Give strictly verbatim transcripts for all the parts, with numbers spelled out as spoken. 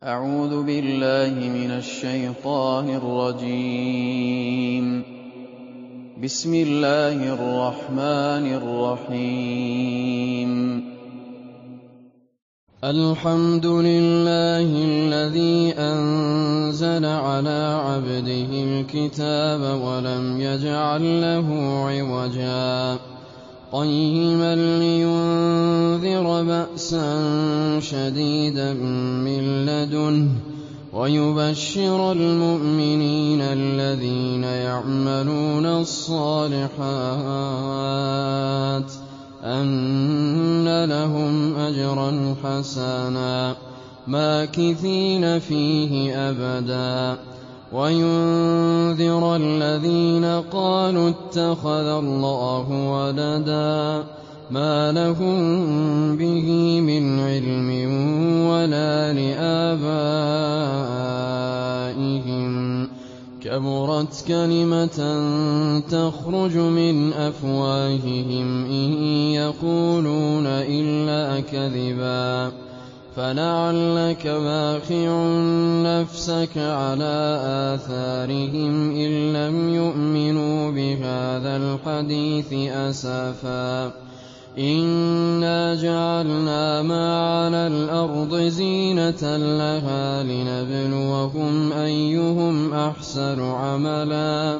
أعوذ بالله من الشيطان الرجيم. بسم الله الرحمن الرحيم. الحمد لله الذي أنزل على عبده الكتاب ولم يجعل له عوجا قيما لينذر بأسا شديدا من لدنه ويبشر المؤمنين الذين يعملون الصالحات أن لهم أجرا حسنا ماكثين فيه أبدا وينذر الذين قالوا اتخذ الله ولدا ما لهم به من علم ولا لآبائهم كبرت كلمة تخرج من أفواههم إن يقولون إلا كذبا فلعلك باخع نفسك على آثارهم إن لم يؤمنوا بهذا الحديث أسفا إنا جعلنا ما على الأرض زينة لها لنبلوهم أيهم أحسن عملا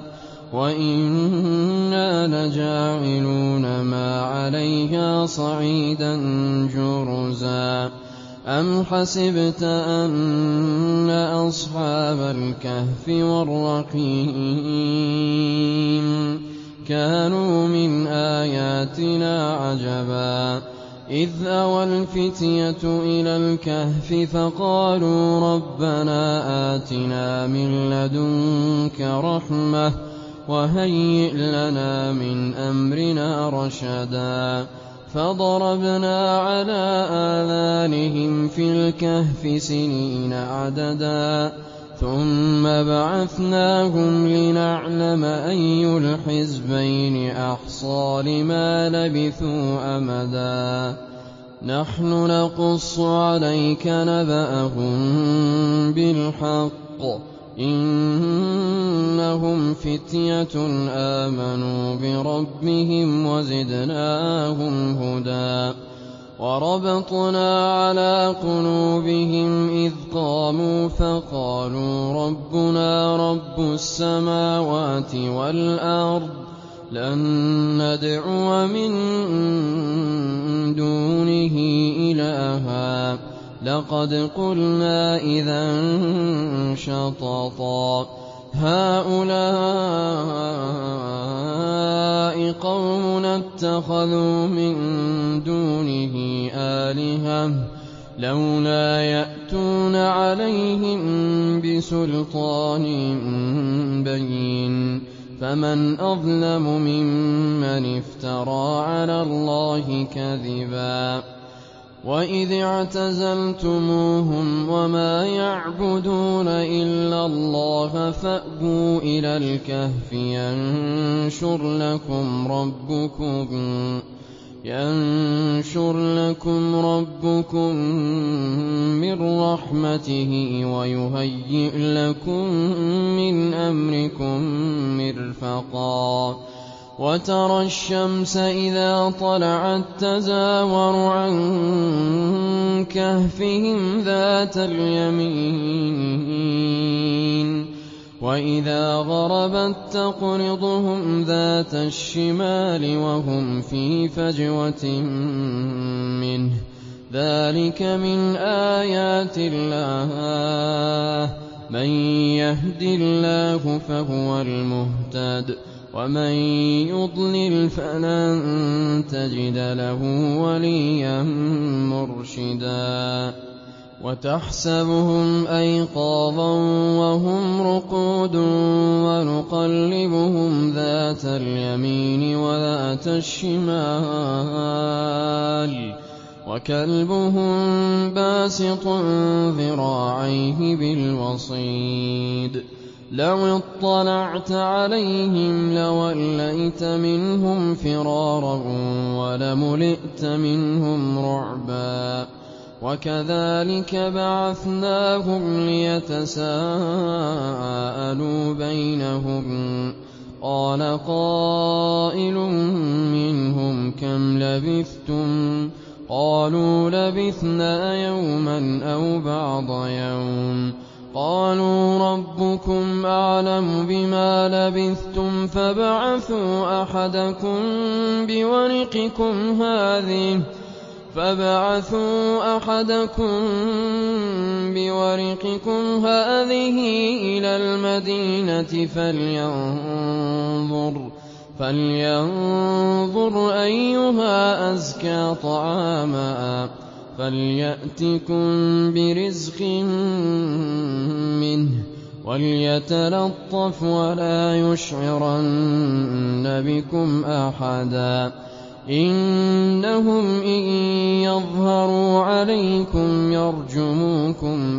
وإنا لجاعلون ما عليها صعيدا جرزا أم حسبت أن أصحاب الكهف والرقيم كانوا من آياتنا عجبا إذ أوى الفتية إلى الكهف فقالوا ربنا آتنا من لدنك رحمة وهيئ لنا من أمرنا رشدا فضربنا على آذانهم في الكهف سنين عددا ثم بعثناهم لنعلم أي الحزبين أحصى لما لبثوا أمدا نحن نقص عليك نبأهم بالحق إنهم فتية آمنوا بربهم وزدناهم هدى وربطنا على قلوبهم إذ قاموا فقالوا ربنا رب السماوات والأرض لن ندعو من دونه إلها لقد قلنا إذا شططا هؤلاء قومنا اتخذوا من دونه آلهة لولا يأتون عليهم بسلطان بين فمن أظلم ممن افترى على الله كذبا وإذ اعتزلتموهم وما يعبدون إلا الله فأووا إلى الكهف ينشر لكم ربكم ينشر لكم ربكم من رحمته ويهيئ لكم من أمركم مرفقا وترى الشمس إذا طلعت تزاور عن كهفهم ذات اليمين وإذا غربت تقرضهم ذات الشمال وهم في فجوة منه ذلك من آيات الله من يهد الله فهو المهتد ومن يضلل فلن تجد له وليا مرشدا وتحسبهم أيقاظا وهم رقود ونقلبهم ذات اليمين وذات الشمال وكلبهم باسط ذراعيه بالوصيد لو اطلعت عليهم لوليت منهم فرارا ولملئت منهم رعبا وَكَذَٰلِكَ بَعَثْنَاهُمْ لِيَتَسَاءَلُوا بَيْنَهُمْ ۚ قَالَ قَائِلٌ مِّنْهُمْ كَمْ لَبِثْتُمْ ۖ قَالُوا لَبِثْنَا يَوْمًا أَوْ بَعْضَ يَوْمٍ ۚ قَالُوا رَبُّكُمْ أَعْلَمُ بِمَا لَبِثْتُمْ فَابْعَثُوا أَحَدَكُم بِوَرِقِكُمْ هَٰذِهِ فَابْعَثُوا أَحَدَكُم بِوَرِقِكُمْ هَٰذِهِ إِلَى الْمَدِينَةِ فَلْيَنظُرْ فَلْيَنظُرْ أَيُّهَا أَزْكَىٰ طَعَامًا فَلْيَأْتِكُم بِرِزْقٍ مِّنْهُ وَلْيَتَلَطَّفْ وَلَا يُشْعِرَنَّ بِكُمْ أَحَدًا إِنَّهُمْ إِن يَظْهَرُوا عَلَيْكُمْ يَرْجُمُوكُمْ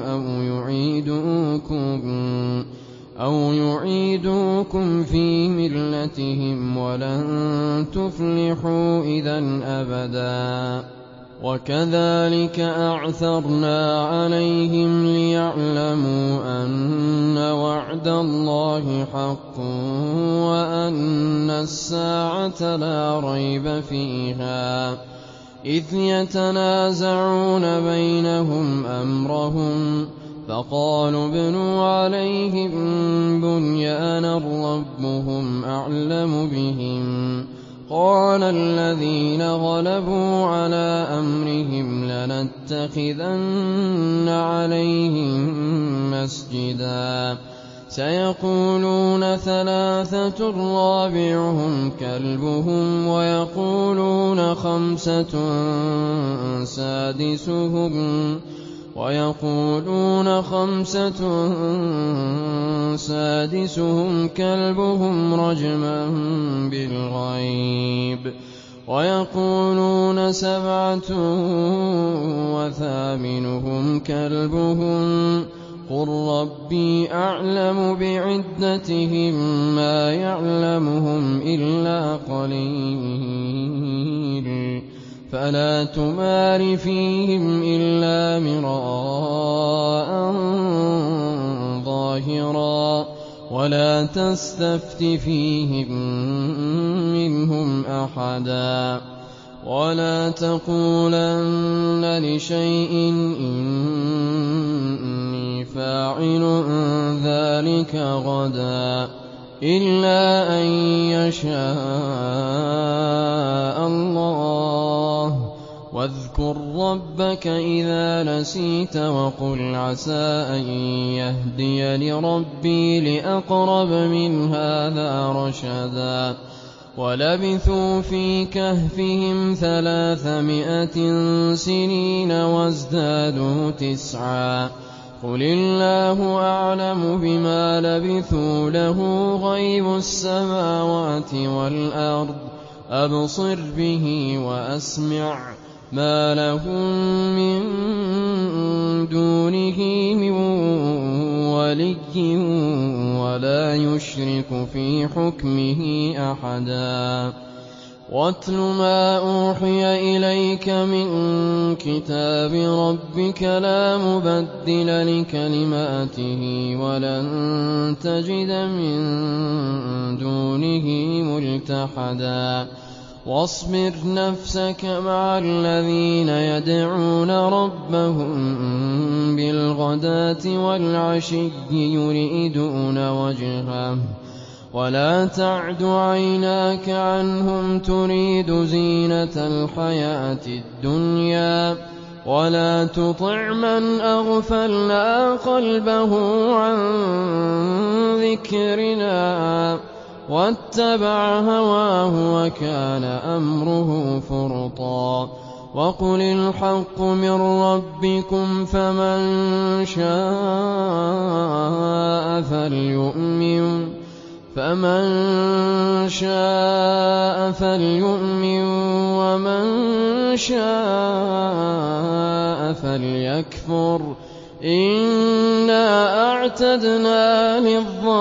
أَوْ يُعِيدُوكُمْ فِي مِلَّتِهِمْ وَلَن تُفْلِحُوا إِذًا أَبَدًا وَكَذَٰلِكَ أَعْثَرْنَا عَلَيْهِمْ لِيَعْلَمُوا أَنَّ وَعْدَ اللَّهِ حَقٌّ وَأَنَّ السَّاعَةَ لَا رَيْبَ فِيهَا إِذْ يَتَنَازَعُونَ بَيْنَهُمْ أَمْرَهُمْ فَقَالُوا ابْنُوا عَلَيْهِم بُنْيَانًا رَّبُّهُمْ أَعْلَمُ بِهِمْ ۚ قَالَ الَّذِينَ غَلَبُوا عَلَىٰ أَمْرِهِمْ لَنَتَّخِذَنَّ عَلَيْهِم مَّسْجِدًا سَيَقُولُونَ ثَلَاثَةٌ رَّابِعُهُمْ كَلْبُهُمْ وَيَقُولُونَ خَمْسَةٌ سَادِسُهُمْ وَيَقُولُونَ خَمْسَةٌ سَادِسُهُمْ كَلْبُهُمْ رَجْمًا بِالْغَيْبِ وَيَقُولُونَ سَبْعَةٌ وَثَامِنُهُمْ كَلْبُهُمْ ۚ قُل رَّبِّي أَعْلَمُ بِعِدَّتِهِم مَّا يَعْلَمُهُمْ إِلَّا قَلِيلٌ فَلَا تُمَارِ فِيهِمْ إِلَّا مِرَاءً ظَاهِرًا وَلَا تَسْتَفْتِ فِيهِم مِّنْهُمْ أَحَدًا وَلَا تَقُولَنَّ لِشَيْءٍ إِنِّي فَاعِلٌ ذَٰلِكَ غَدًا إِلَّا أَن يَشَاءَ اللَّهُ ۚ وَاذْكُر رَّبَّكَ إِذَا نَسِيتَ وَقُلْ عَسَىٰ أَن يَهْدِيَنِ رَبِّي لِأَقْرَبَ مِنْ هَٰذَا رَشَدًا وَلَبِثُوا فِي كَهْفِهِمْ ثَلَاثَمِائَةٍ سِنِينَ وَازْدَادُوا تِسْعًا قُلِ اللَّهُ أَعْلَمُ بِمَا لَبِثُوا لَهُ غَيْبُ السَّمَاوَاتِ وَالْأَرْضِ أَبْصِرْ بِهِ وَأَسْمِعْ مَا لَهُم مِّن دُونِهِ مِن وَلِيٍّ وَلَا يُشْرِكُ فِي حُكْمِهِ أَحَدًا وَاتْلُ مَا أُوحِيَ إِلَيْكَ مِن كِتَابِ رَبِّكَ لَا مُبَدِّلَ لِكَلِمَاتِهِ وَلَن تَجِدَ مِن دُونِهِ مُلْتَحَدًا وَاصْبِرْ نَفْسَكَ مَعَ الَّذِينَ يَدْعُونَ رَبَّهُم بِالْغَدَاةِ وَالْعَشِيِّ يُرِيدُونَ وَجْهَهُ وَلَا تَعْدُ عَيْنَاكَ عَنْهُمْ تُرِيدُ زِينَةَ الْحَيَاةِ الدُّنْيَا وَلَا تُطِعْ مَنْ أَغْفَلْنَا قَلْبَهُ عَن ذِكْرِنَا وَاتَّبَعَ هَوَاهُ وَكَانَ أَمْرُهُ فُرُطًا وَقُلِ الْحَقُّ مِن رَّبِّكُمْ فَمَن شَاءَ فَلْيُؤْمِن فَمَن شَاءَ فَلْيُؤْمِن وَمَن شَاءَ فَلْيَكْفُرْ إِنَّا أَعْتَدْنَا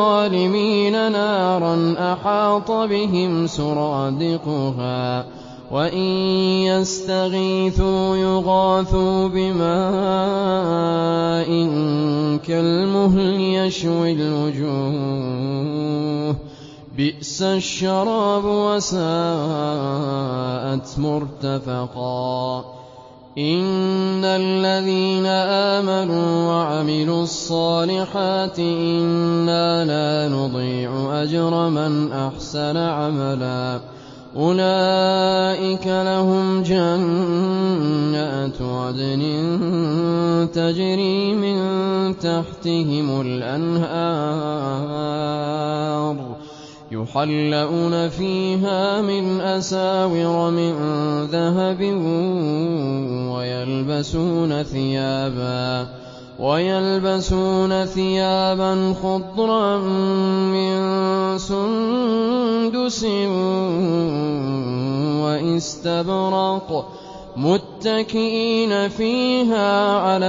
لِلظَّالِمِينَ نَارًا أَحَاطَ بِهِمْ سُرَادِقُهَا وَإِن يَسْتَغِيثُوا يُغَاثُوا بِمَاءٍ كَالْمُهْلِ يَشْوِي الْوُجُوهَ بِئْسَ الشَّرَابُ وَسَاءَتْ مُرْتَفَقًا إِنَّ الَّذِينَ آمَنُوا وَعَمِلُوا الصَّالِحَاتِ إِنَّا لَا نُضِيعُ أَجْرَ مَنْ أَحْسَنَ عَمَلًا أُولَئِكَ لَهُمْ جَنَّاتُ عَدْنٍ تَجْرِي مِن تَحْتِهِمُ الْأَنْهَارُ يُحَلَّوْنَ فِيهَا مِنْ أَسَاوِرَ مِن ذَهَبٍ وَيَلْبَسُونَ ثِيَابًا وَيَلْبَسُونَ ثِيَابًا خُضْرًا مِّن سُندُسٍ وَإِسْتَبْرَقٍ مُتَّكِئِينَ فِيهَا عَلَى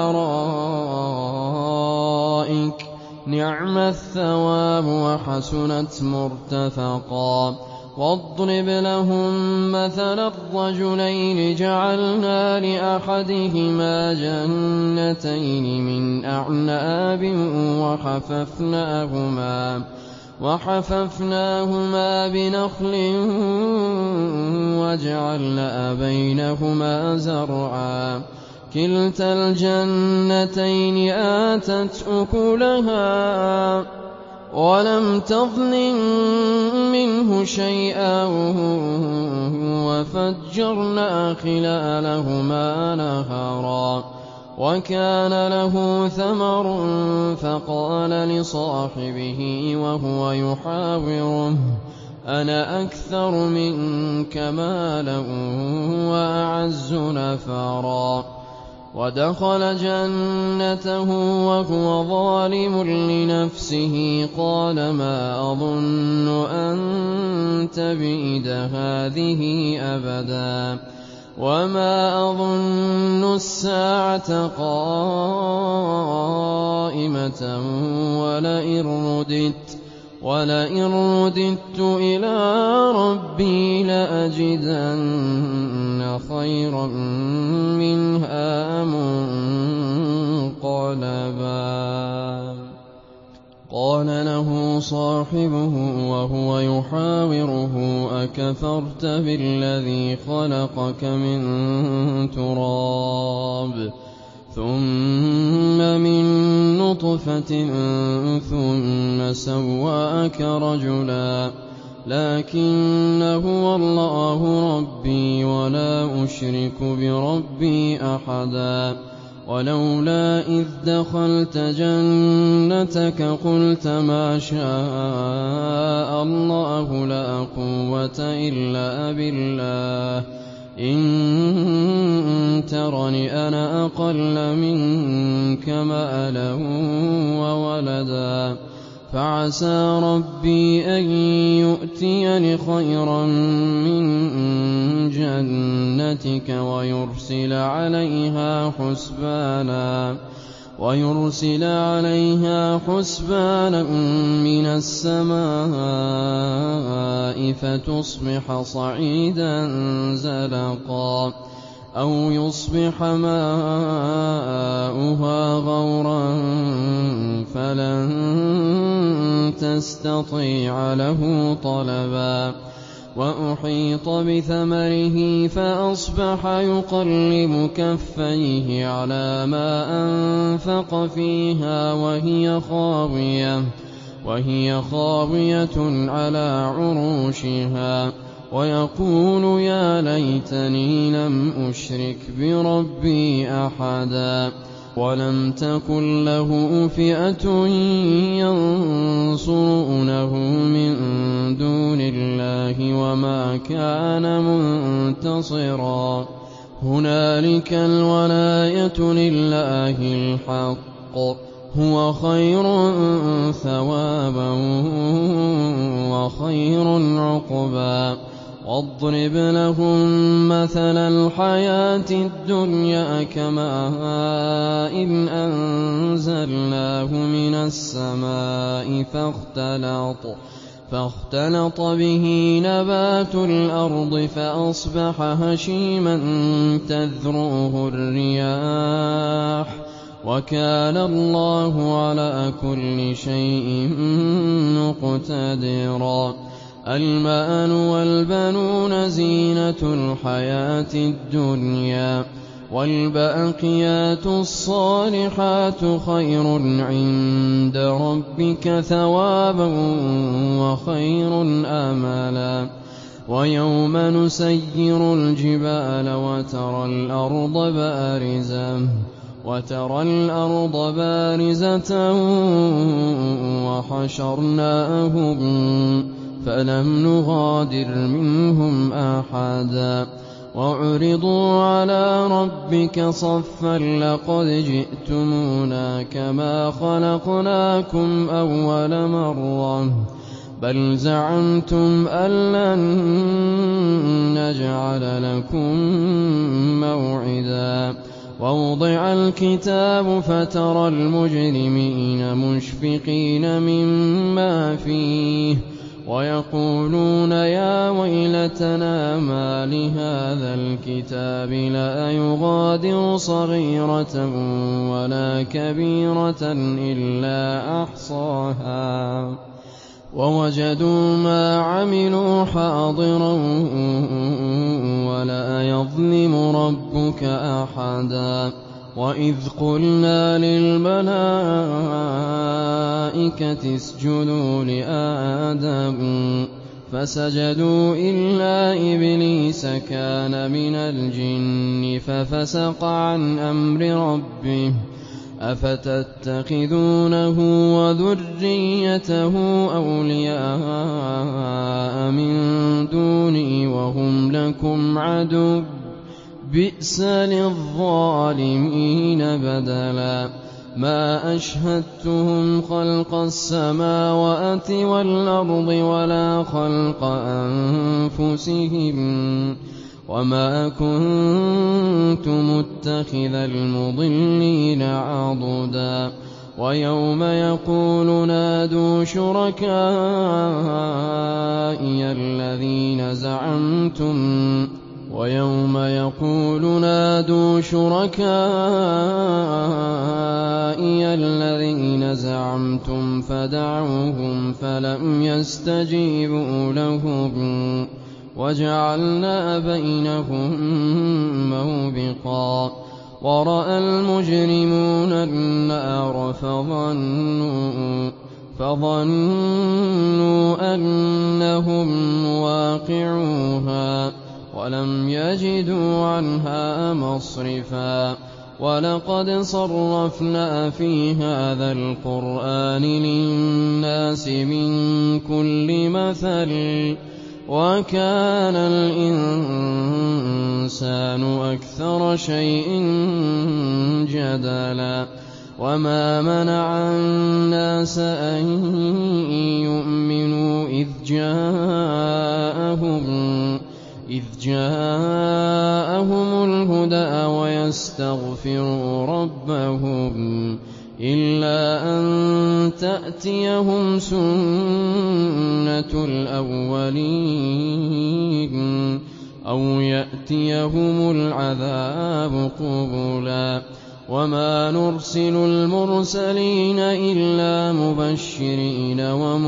الْأَرَائِكِ نِعْمَ الثَّوَابُ وَحَسُنَتْ مُرْتَفَقًا وَاضْرِبْ لَهُم مَّثَلَ الرَّجُلَيْنِ جَعَلْنَا لِأَحَدِهِمَا جَنَّتَيْنِ مِنْ أَعْنَابٍ وَحَفَفْنَاهُمَا وَحَفَفْنَاهُمَا بِنَخْلٍ وَجَعَلْنَا بَيْنَهُمَا زَرْعًا كِلْتَا الْجَنَّتَيْنِ آتَتْ أُكُلَهَا وَلَمْ تَظْلِم مِّنْهُ شَيْئًا وَفَجَّرْنَا خِلَالَهُمَا نَهَرًا وَكَانَ لَهُ ثَمَرٌ فَقَالَ لِصَاحِبِهِ وَهُوَ يُحَاوِرُهُ أَنَا أَكْثَرُ مِنكَ مَالًا وَأَعَزُّ نَفَرًا وَدَخَلَ جَنَّتَهُ وَهُوَ ظَالِمٌ لِّنَفْسِهِ قَالَ مَا أَظُنُّ أَن تَبِيدَ هَٰذِهِ أَبَدًا وَمَا أَظُنُّ السَّاعَةَ قَائِمَةً وَلَئِن رُّدِدتُّ إِلَىٰ رَبِّي لَأَجِدَنَّ خَيْرًا مِّنْهَا مُنقَلَبًا قَالَ لَهُ صَاحِبُهُ وَهُوَ يُحَاوِرُهُ أَكَفَرْتَ بِالَّذِي خَلَقَكَ مِن تُرَابٍ ثُمَّ مِن نُّطْفَةٍ ثُمَّ سَوَّاكَ رَجُلًا لَّٰكِنَّ هُوَ اللَّهُ رَبِّي وَلَا أُشْرِكُ بِرَبِّي أَحَدًا وَلَوْلَا إِذْ دَخَلْتَ جَنَّتَكَ قُلْتَ مَا شَاءَ اللَّهُ لَا قُوَّةَ إِلَّا بِاللَّهِ إِن تَرَنِ أَنَا أَقَلَّ مِنكَ مَالًا وَوَلَدًا فَعَسَىٰ رَبِّي أَن يُؤْتِيَنِ خَيْرًا مِّن جَنَّتِكَ وَيُرْسِلَ عَلَيْهَا حُسْبَانًا وَيُرْسِلَ عَلَيْهَا حُسْبَانًا مِّنَ السَّمَاءِ فَتُصْبِحَ صَعِيدًا زَلَقًا أَوْ يُصْبِحَ مَاؤُهَا غَوْرًا فَلَن تَسْتَطِيعَ لَهُ طَلَبًا وَأُحِيطَ بِثَمَرِهِ فَأَصْبَحَ يُقَلِّبُ كَفَّيْهِ عَلَىٰ مَا أَنفَقَ فِيهَا وَهِيَ خَاوِيَةٌ وَهِيَ خَاوِيَةٌ عَلَىٰ عُرُوشِهَا وَيَقُولُ يَا لَيْتَنِي لَمْ أُشْرِكْ بِرَبِّي أَحَدًا وَلَمْ تَكُن لَّهُ فِئَةٌ يَنصُرُونَهُ مِن دُونِ اللَّهِ وَمَا كَانَ مُنتَصِرًا هُنَالِكَ الْوَلَايَةُ لِلَّهِ الْحَقِّ هُوَ خَيْرٌ ثَوَابًا وَخَيْرٌ عُقْبًا وَاضْرِبْ لَهُم مَّثَلَ الْحَيَاةِ الدُّنْيَا كَمَاءٍ أَنزَلْنَاهُ مِنَ السَّمَاءِ فَاخْتَلَطَ فاختلط به نبات الأرض فأصبح هشيما تذروه الرياح وكان الله على كل شيء مقتدرا. المال والبنون زينة الحياة الدنيا والباقيات الصالحات خير عند ربك ثوابا وخير آملا. ويوم نسير الجبال وترى الأرض بارزة وترى الأرض بارزة وحشرناهم فلم نغادر منهم أحدا وعرضوا على ربك صفا لقد جئتمونا كما خلقناكم أول مرة بل زعمتم أن لن نجعل لكم موعدا. ووضع الكتاب فترى المجرمين مشفقين مما فيه ويقولون يا ويلتنا ما لهذا الكتاب لا يغادر صغيرة ولا كبيرة إلا أحصاها ووجدوا ما عملوا حاضرا ولا يظلم ربك أحدا. وإذ قلنا للملائكة اسجدوا لآدم فسجدوا إلا إبليس كان من الجن ففسق عن أمر ربه أفتتخذونه وذريته أولياء من دوني وهم لكم عدو بئس للظالمين بدلا. ما أشهدتهم خلق السماوات والأرض ولا خلق أنفسهم وما كنت متخذ المضلين عضدا. ويوم يقول نادوا شركائي الذين زعمتم ويوم يقول نادوا شركائي الذين زعمتم فدعوهم فلم يستجيبوا لهم وجعلنا بينهم موبقا. ورأى المجرمون النار فظنوا, فظنوا أنهم واقعوها ولم يجدوا عنها مصرفا. ولقد صرفنا في هذا القرآن للناس من كل مثل وكان الإنسان أكثر شيء جدلا. وما منع الناس أن يؤمنوا إذ جاءهم إذ جاءهم الهدى ويستغفروا ربهم إلا أن تأتيهم سنة الأولين أو يأتيهم العذاب قبلا. وما نرسل المرسلين إلا مبشرين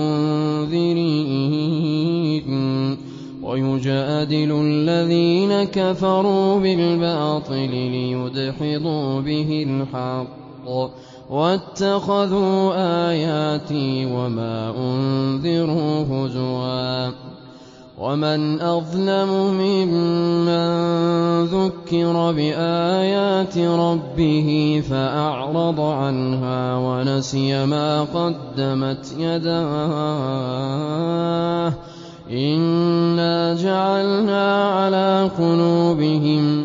ومنذرين ويجادل الذين كفروا بالباطل ليدحضوا به الحق واتخذوا آياتي وما أنذروا هزوا. ومن أظلم ممن ذكر بآيات ربه فأعرض عنها ونسي ما قدمت يداه إنا جعلنا على قلوبهم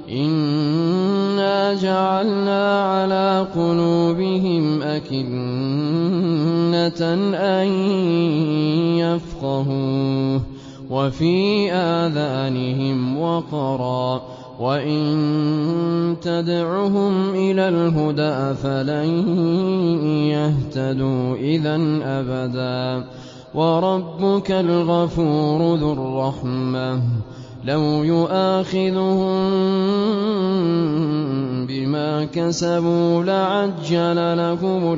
إنا جعلنا على قلوبهم أكنة أن يفقهوه وفي آذانهم وقرا وإن تدعهم إلى الهدى فلن يهتدوا إذا أبدا. وَرَبُّكَ الْغَفُورُ ذُو الرَّحْمَةِ لَوْ يُؤَاخِذُهُم بِمَا كَسَبُوا لَعَجَّلَ لَهُمُ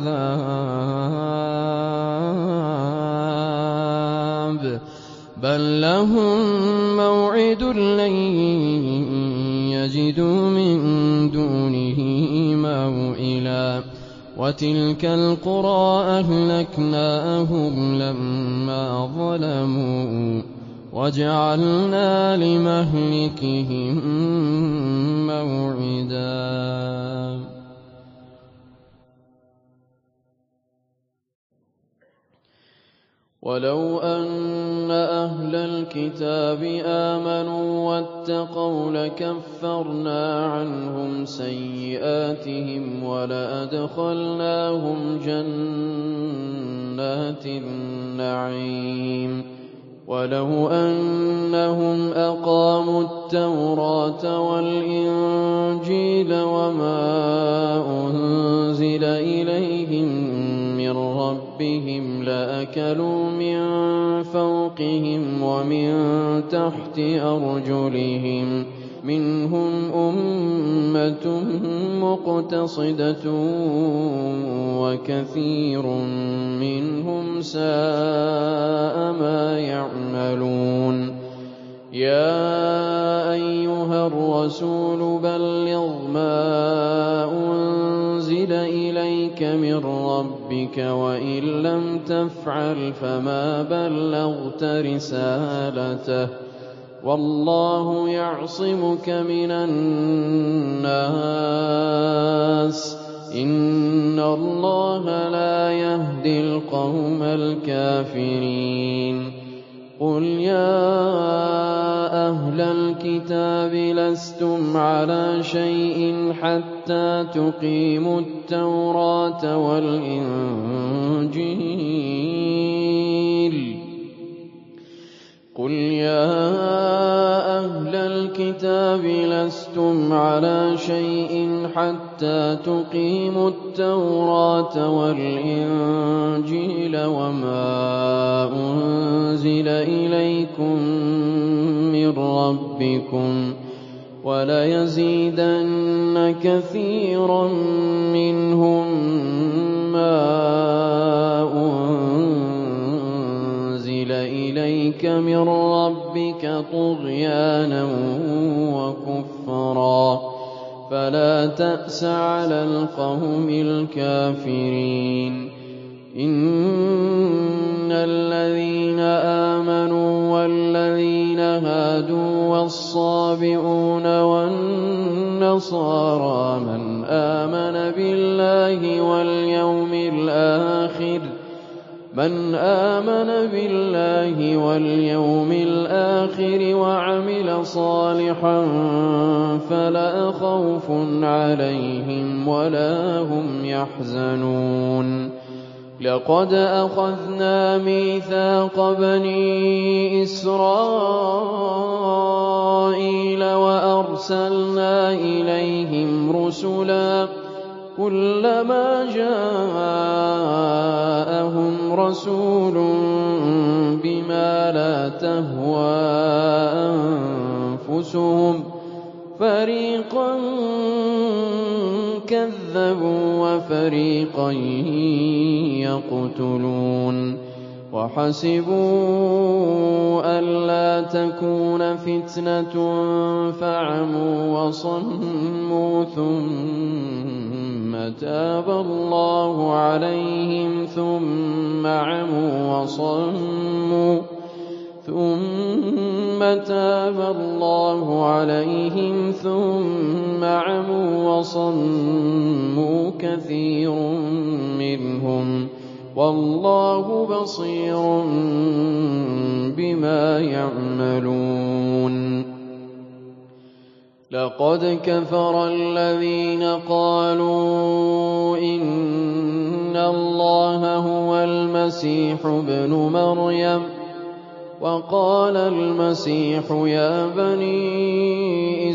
الْعَذَابَ بَل لَّهُم مَّوْعِدٌ لَّن يَجِدُوا مِن دُونِهِ مَوْئِلًا وَتِلْكَ الْقُرَىٰ أَهْلَكْنَاهُمْ لَمَّا ظَلَمُوا وَجَعَلْنَا لِمَهْلِكِهِم مَّوْعِدًا وَلَوْ أَنَّ أَهْلَ الْكِتَابِ آمَنُوا وَاتَّقَوْا لَكَفَّرْنَا عَنْهُمْ سَيِّئَاتِهِمْ وَلَأَدْخَلْنَاهُمْ جَنَّاتِ النَّعِيمِ وَلَوْ أَنَّهُمْ أَقَامُوا التَّوْرَاةَ وَالْإِنجِيلَ وَمَا أُنزِلَ إِلَيْهِم مِّن رَّبِّهِمْ لَأَكَلُوا مِن فَوْقِهِمْ وَمِن تَحْتِ أَرْجُلِهِم مِّنْهُمْ أُمَّةٌ مُّقْتَصِدَةٌ وَكَثِيرٌ مِّنْهُمْ سَاءَ مَا يَعْمَلُونَ يَا أَيُّهَا الرَّسُولُ بَلِّغْ مَا أُنزِلَ إِلَيْكَ مِن رَّبِّكَ وَإِن لَّمْ تَفْعَلْ فَمَا بَلَّغْتَ رِسَالَتَهُ ۚ وَاللَّهُ يَعْصِمُكَ مِنَ النَّاسِ ۗ إِنَّ اللَّهَ لَا يَهْدِي الْقَوْمَ الْكَافِرِينَ قُلْ يَا أَهْلَ الْكِتَابِ لَسْتُمْ عَلَىٰ شَيْءٍ حَتَّىٰ تُقِيمُوا التَّوْرَاةَ وَالْإِنجِيلَ قُلْ يَا أَهْلَ الْكِتَابِ لَسْتُمْ عَلَىٰ شَيْءٍ حَتَّىٰ تُقِيمُوا التَّوْرَاةَ وَالْإِنجِيلَ وَمَا أُنزِلَ إِلَيْكُم مِّن رَّبِّكُمْ ۗ وَلَيَزِيدَنَّ كَثِيرًا مِّنْهُم مَّا أُنزِلَ إِلَيْكَ مِن رَّبِّكَ طُغْيَانًا وَكُفْرًا فَلَا تَأْسَ عَلَى الْقَوْمِ الْكَافِرِينَ إِنَّ الَّذِينَ آمَنُوا وَالَّذِينَ هَادُوا وَالصَّابِئُونَ وَالنَّصَارَىٰ مَنْ آمَنَ بِاللَّهِ وَالْيَوْمِ الْآخِرِ مَنْ آمَنَ بِاللَّهِ وَالْيَوْمِ الْآخِرِ وَعَمِلَ صَالِحًا فَلَا خَوْفٌ عَلَيْهِمْ وَلَا هُمْ يَحْزَنُونَ لَقَدْ أَخَذْنَا مِيثَاقَ بَنِي إِسْرَائِيلَ وَأَرْسَلْنَا إِلَيْهِمْ رُسُلًا كُلَّمَا جَاءَهُمْ رَسُولٌ بِمَا لَا تَهْوَىٰ أَنفُسُهُمْ فَرِيقًا كَذَّبُوا وَفَرِيقًا يَقْتُلُونَ وَحَسِبُوا أَلَّا تَكُونَ فِتْنَةٌ فَعَمُوا وَصَمُّوا ثُمَّ تَابَ اللَّهُ عَلَيْهِمْ ثُمَّ عَمُوا وَصَمُّوا ثُمَّ تَابَ اللَّهُ عَلَيْهِمْ ثُمَّ عَمُوا وَصَمُّوا كَثِيرٌ مِّنْهُمْ وَاللَّهُ بَصِيرٌ بِمَا يَعْمَلُونَ لَقَدْ كَفَرَ الَّذِينَ قَالُوا إِنَّ اللَّهَ هُوَ الْمَسِيحُ ابْنُ مَرْيَمَ وَقَالَ الْمَسِيحُ يَا بَنِي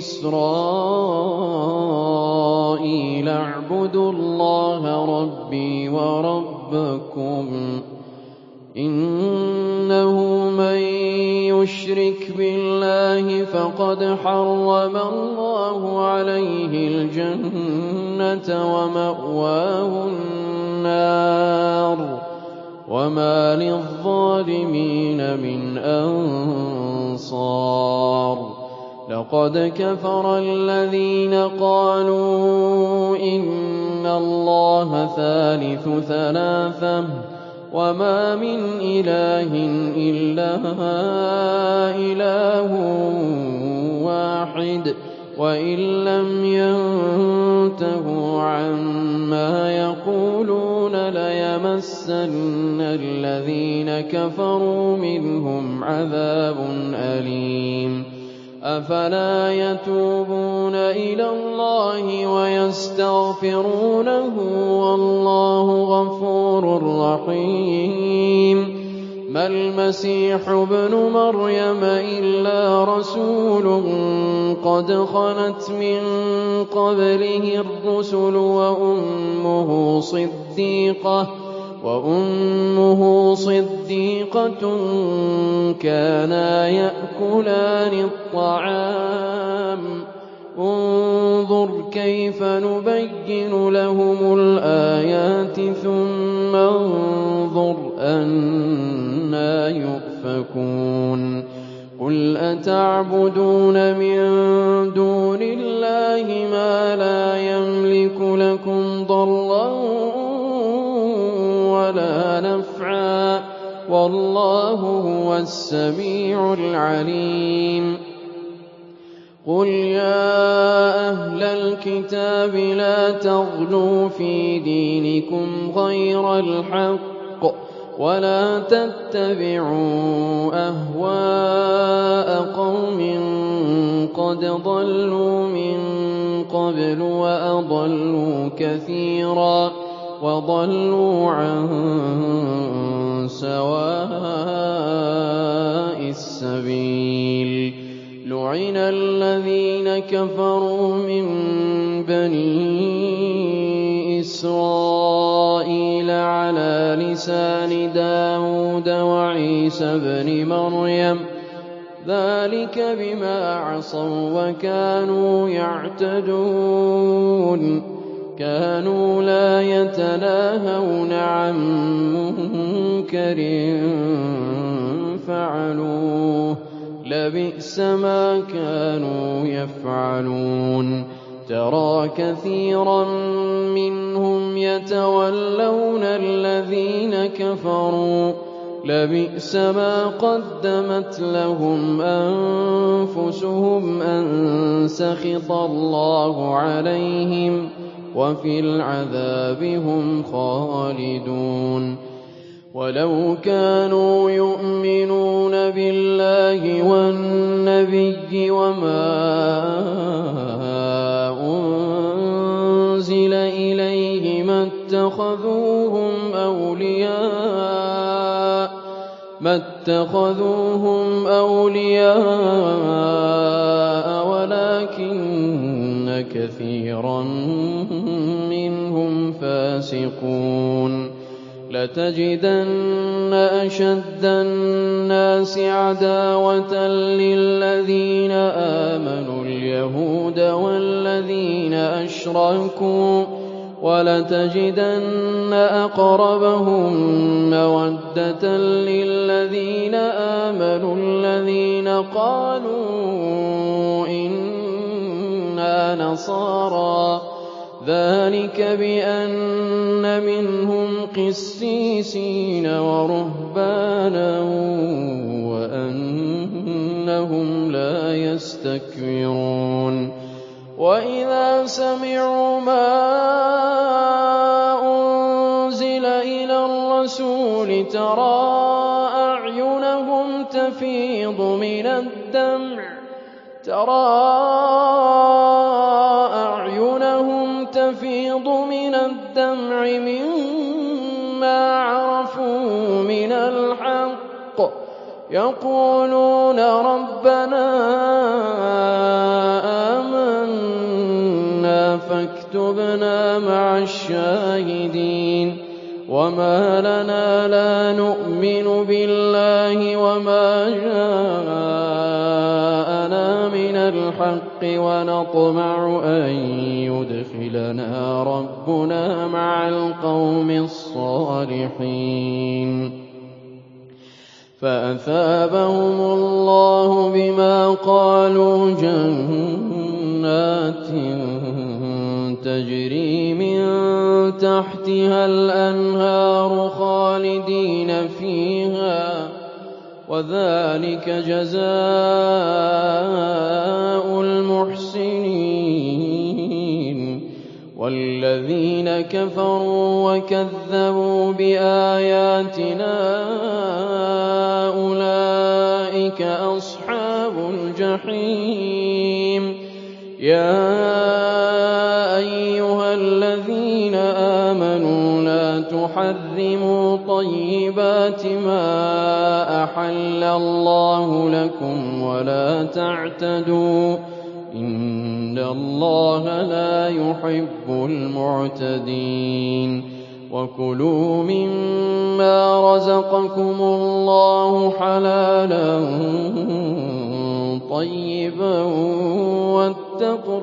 إِسْرَائِيلَ اعْبُدُوا اللَّهَ رَبِّي وَرَبَّكُمْ إِنَّهُ مَن يُشْرِكْ بِاللَّهِ فَقَدْ حَرَّمَ اللَّهُ عَلَيْهِ الْجَنَّةَ وَمَأْوَاهُ النَّارُ وَمَا لِلظَّالِمِينَ مِنْ أَنصَارٍ لَقَدْ كَفَرَ الَّذِينَ قَالُوا إِنَّ اللَّهَ ثَالِثُ ثَلَاثَةٍ وَمَا مِنْ إِلَٰهٍ إِلَّا إِلَٰهٌ وَاحِدٌ وَإِن لَّمْ يَنتَهُوا عَمَّا يَقُولُونَ لَيَمَسَّنَّ الَّذِينَ كَفَرُوا مِنْهُمْ عَذَابٌ أَلِيمٌ أَفَلَا يَتُوبُونَ إِلَى اللَّهِ وَيَسْتَغْفِرُونَهُ وَاللَّهُ غَفُورٌ رَّحِيمٌ مَا الْمَسِيحُ ابْنُ مَرْيَمَ إِلَّا رَسُولٌ قَدْ خَلَتْ مِن قَبْلِهِ الرُّسُلُ وَأُمُّهُ صِدِّيقَةٌ وَأُمُّهُ صِدِّيقَةٌ كَانَا يَأْكُلَانِ الطَّعَامَ انظُرْ كَيْفَ نُبَيِّنُ لَهُمُ الْآيَاتِ ثُمَّ انظُرْ أَنَّىٰ يُؤْفَكُونَ قُلْ أَتَعْبُدُونَ مِن دُونِ اللَّهِ مَا لَا يَمْلِكُ لَكُمْ ضَرًّا وَلَا نَفْعًا وَاللَّهُ هُوَ السَّمِيعُ الْعَلِيمُ قُلْ يَا أَهْلَ الْكِتَابِ لَا تَغْلُوا فِي دِينِكُمْ غَيْرَ الْحَقِّ وَلَا تَتَّبِعُوا أَهْوَاءَ قَوْمٍ قَدْ ضَلُّوا مِن قَبْلُ وَأَضَلُّوا كَثِيرًا وَضَلُّوا عَن سَوَاءِ السَّبِيلِ لُعِنَ الَّذِينَ كَفَرُوا مِن بَنِي إِسْرَائِيلَ عَلَىٰ لِسَانِ دَاوُودَ وَعِيسَى ابْنِ مَرْيَمَ ذَٰلِكَ بِمَا عَصَوا وَّكَانُوا يَعْتَدُونَ كَانُوا لَا يَتَنَاهَوْنَ عَن مُّنكَرٍ فَعَلُوهُ لَبِئْسَ مَا كَانُوا يَفْعَلُونَ تَرَىٰ كَثِيرًا مِّنْهُمْ يَتَوَلَّوْنَ الَّذِينَ كَفَرُوا لَبِئْسَ مَا قَدَّمَتْ لَهُمْ أَنفُسُهُمْ أَن سَخِطَ اللَّهُ عَلَيْهِمْ وَفِي الْعَذَابِ هُمْ خَالِدُونَ وَلَوْ كَانُوا يُؤْمِنُونَ بِاللَّهِ وَالنَّبِيِّ وَمَا أُنزِلَ إِلَيْهِ مَا اتَّخَذُوهُمْ أَوْلِيَاءَ مَا اتَّخَذُوهُمْ أَوْلِيَاءَ وَلَٰكِنَّ كَثِيرًا مِّنْهُمْ فَاسِقُونَ لَتَجِدَنَّ أَشَدَّ النَّاسِ عَدَاوَةً لِّلَّذِينَ آمَنُوا الْيَهُودَ وَالَّذِينَ أَشْرَكُوا وَلَتَجِدَنَّ أَقْرَبَهُم مَّوَدَّةً لِّلَّذِينَ آمَنُوا الَّذِينَ قَالُوا إِنَّا نَصَارَىٰ ذَٰلِكَ بِأَنَّ مِنْهُمْ قِسِّيسِينَ وَرُهْبَانًا وَأَنَّهُمْ لَا يَسْتَكْبِرُونَ وَإِذَا سَمِعُوا مَا أُنزِلَ إِلَى الرَّسُولِ تَرَىٰ أَعْيُنَهُمْ تَفِيضُ مِنَ الدَّمْعِ تَرَىٰ أَعْيُنَهُمْ تَفِيضُ مِنَ الدَّمْعِ مِمَّا عَرَفُوا مِنَ الْحَقِّ يَقُولُونَ رَبَّنَا آمَنَّا فَاكْتُبْنَا مَعَ الشَّاهِدِينَ وَمَا لَنَا لَا نُؤْمِنُ بِاللَّهِ وَمَا جَاءَنَا مِنَ الْحَقِّ وَنَطْمَعُ أَن يُدْخِلَنَا رَبُّنَا مَعَ الْقَوْمِ الصَّالِحِينَ فَأَثَابَهُمُ اللَّهُ بِمَا قَالُوا جَنَّاتٍ تَجْرِي مِن تَحْتِهَا الْأَنْهَارُ خَالِدِينَ فِيهَا ۚ وَذَٰلِكَ جَزَاءُ الْمُحْسِنِينَ وَالَّذِينَ كَفَرُوا وَكَذَّبُوا بِآيَاتِنَا أُولَٰئِكَ أَصْحَابُ الْجَحِيمِ يَا أَيُّهَا الَّذِينَ آمَنُوا لَا تُحَرِّمُوا طَيِّبَاتِ مَا أَحَلَّ اللَّهُ لَكُمْ وَلَا تَعْتَدُوا ۚ إِنَّ اللَّهَ لَا يُحِبُّ الْمُعْتَدِينَ وَكُلُوا مِمَّا رَزَقَكُمُ اللَّهُ حَلَالًا طَيِّبًا وَاتَّقُوا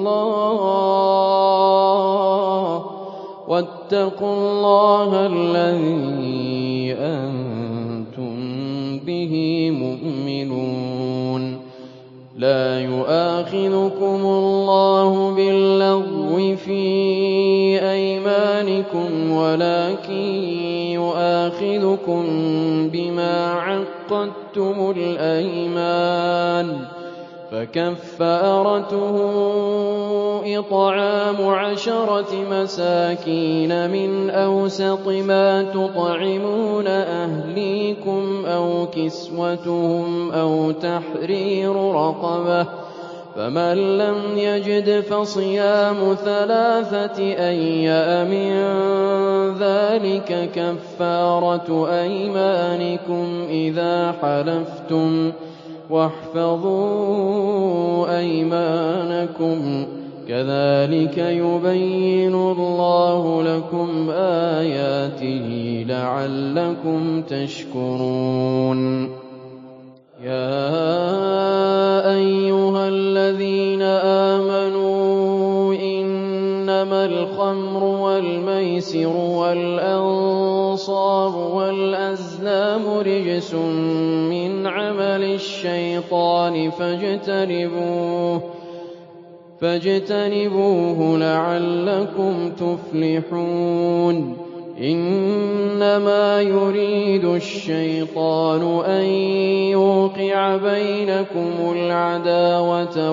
اللَّهَ وَاتَّقُوا اللَّهَ الَّذِي أَنتُم بِهِ مُؤْمِنُونَ لَا يُؤَاخِذُكُمُ اللَّهُ بِاللَّغْوِ فِي أَيْمَانِكُمْ وَلَٰكِن يُؤَاخِذُكُم بِمَا عَقَّدتُّمُ الْأَيْمَانَ ۖ فَكَفَّارَتُهُ إِطْعَامُ عَشَرَةِ مَسَاكِينَ مِنْ أَوْسَطِ مَا تُطْعِمُونَ أَهْلِيكُمْ أَوْ كِسْوَتُهُمْ أَوْ تَحْرِيرُ رَقَبَةٍ ۖ فَمَن لَّمْ يَجِدْ فَصِيَامُ ثَلَاثَةِ أَيَّامٍ ۚ ذَٰلِكَ كَفَّارَةُ أَيْمَانِكُمْ إِذَا حَلَفْتُمْ ۚ وَاحْفَظُوا أَيْمَانَكُمْ ۚ كَذَٰلِكَ يُبَيِّنُ اللَّهُ لَكُمْ آيَاتِهِ لَعَلَّكُمْ تَشْكُرُونَ يَا أَيُّهَا الَّذِينَ آمَنُوا إِنَّمَا الْخَمْرُ وَالْمَيْسِرُ وَالْأَنصَابُ وَالْأَزْلَامُ رِجْسٌ مِّنْ عَمَلِ الشَّيْطَانِ فَاجْتَنِبُوهُ لَعَلَّكُمْ تُفْلِحُونَ إِنَّمَا يُرِيدُ الشَّيْطَانُ أَن يُوقِعَ بَيْنَكُمُ الْعَدَاوَةَ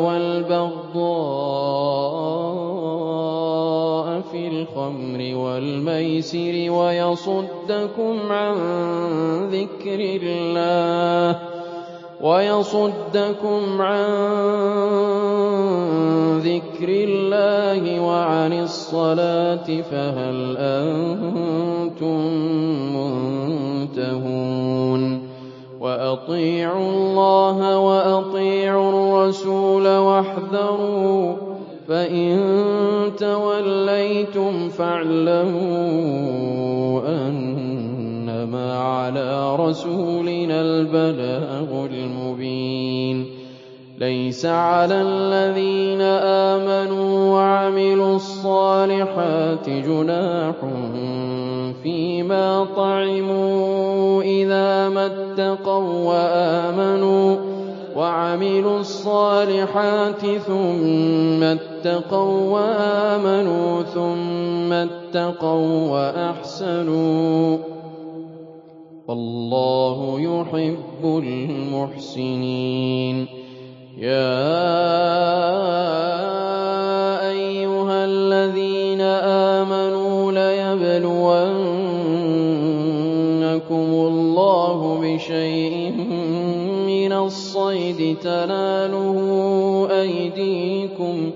وَالْبَغْضَاءَ فِي الْخَمْرِ وَالْمَيْسِرِ وَيَصُدَّكُمْ عَن ذِكْرِ اللَّهِ وَيَصُدَّكُمْ عَن ذِكْرِ اللَّهِ وَعَنِ الصَّلَاةِ فَهَلْ أَنتُم مُّنتَهُونَ وَأَطِيعُوا اللَّهَ وَأَطِيعُوا الرَّسُولَ وَاحْذَرُوا ۚ فَإِن تَوَلَّيْتُمْ فَاعْلَمُوا أَنَّمَا عَلَىٰ رَسُولِنَا الْبَلَاغُ الْمُبِينُ لَيْسَ عَلَى الَّذِينَ آمَنُوا وَعَمِلُوا الصَّالِحَاتِ جُنَاحٌ فِيمَا طَعِمُوا إِذَا مَا اتَّقَوا وَّآمَنُوا وَعَمِلُوا الصَّالِحَاتِ ثُمَّ اتَّقَوا وَّآمَنُوا ثُمَّ اتَّقَوا وَّأَحْسَنُوا ۗ وَاللَّهُ يُحِبُّ الْمُحْسِنِينَ يَا أَيُّهَا الَّذِينَ آمَنُوا لَيَبْلُوَنَّكُمُ اللَّهُ بِشَيْءٍ مِّنَ الصَّيْدِ تَنَالُهُ أَيْدِيكُمْ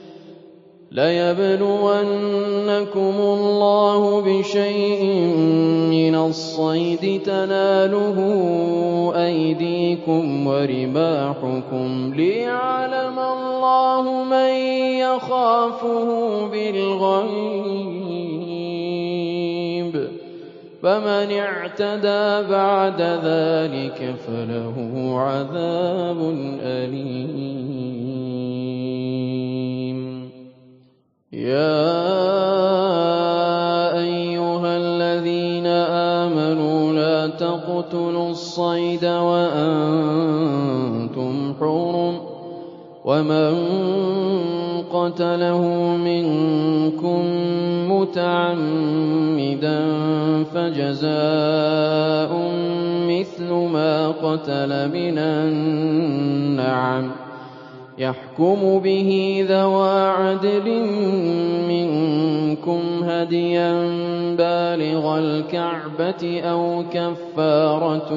لَيَبْلُوَنَّكُمُ اللَّهُ بِشَيْءٍ مِّنَ الصَّيْدِ تَنَالُهُ أَيْدِيكُمْ وَرِمَاحُكُمْ لِيَعْلَمَ اللَّهُ مَن يَخَافُهُ بِالْغَيْبِ فمن اعتدى بعد ذلك فله عذاب أليم. يا أيها الذين آمنوا لا تقتلوا الصيد وأنتم حرم، ومن قتله منكم متعمدا فجزاء مثل ما قتل من النعم يحكم به ذوى عدل منكم هديا بالغ الكعبة أو كفارة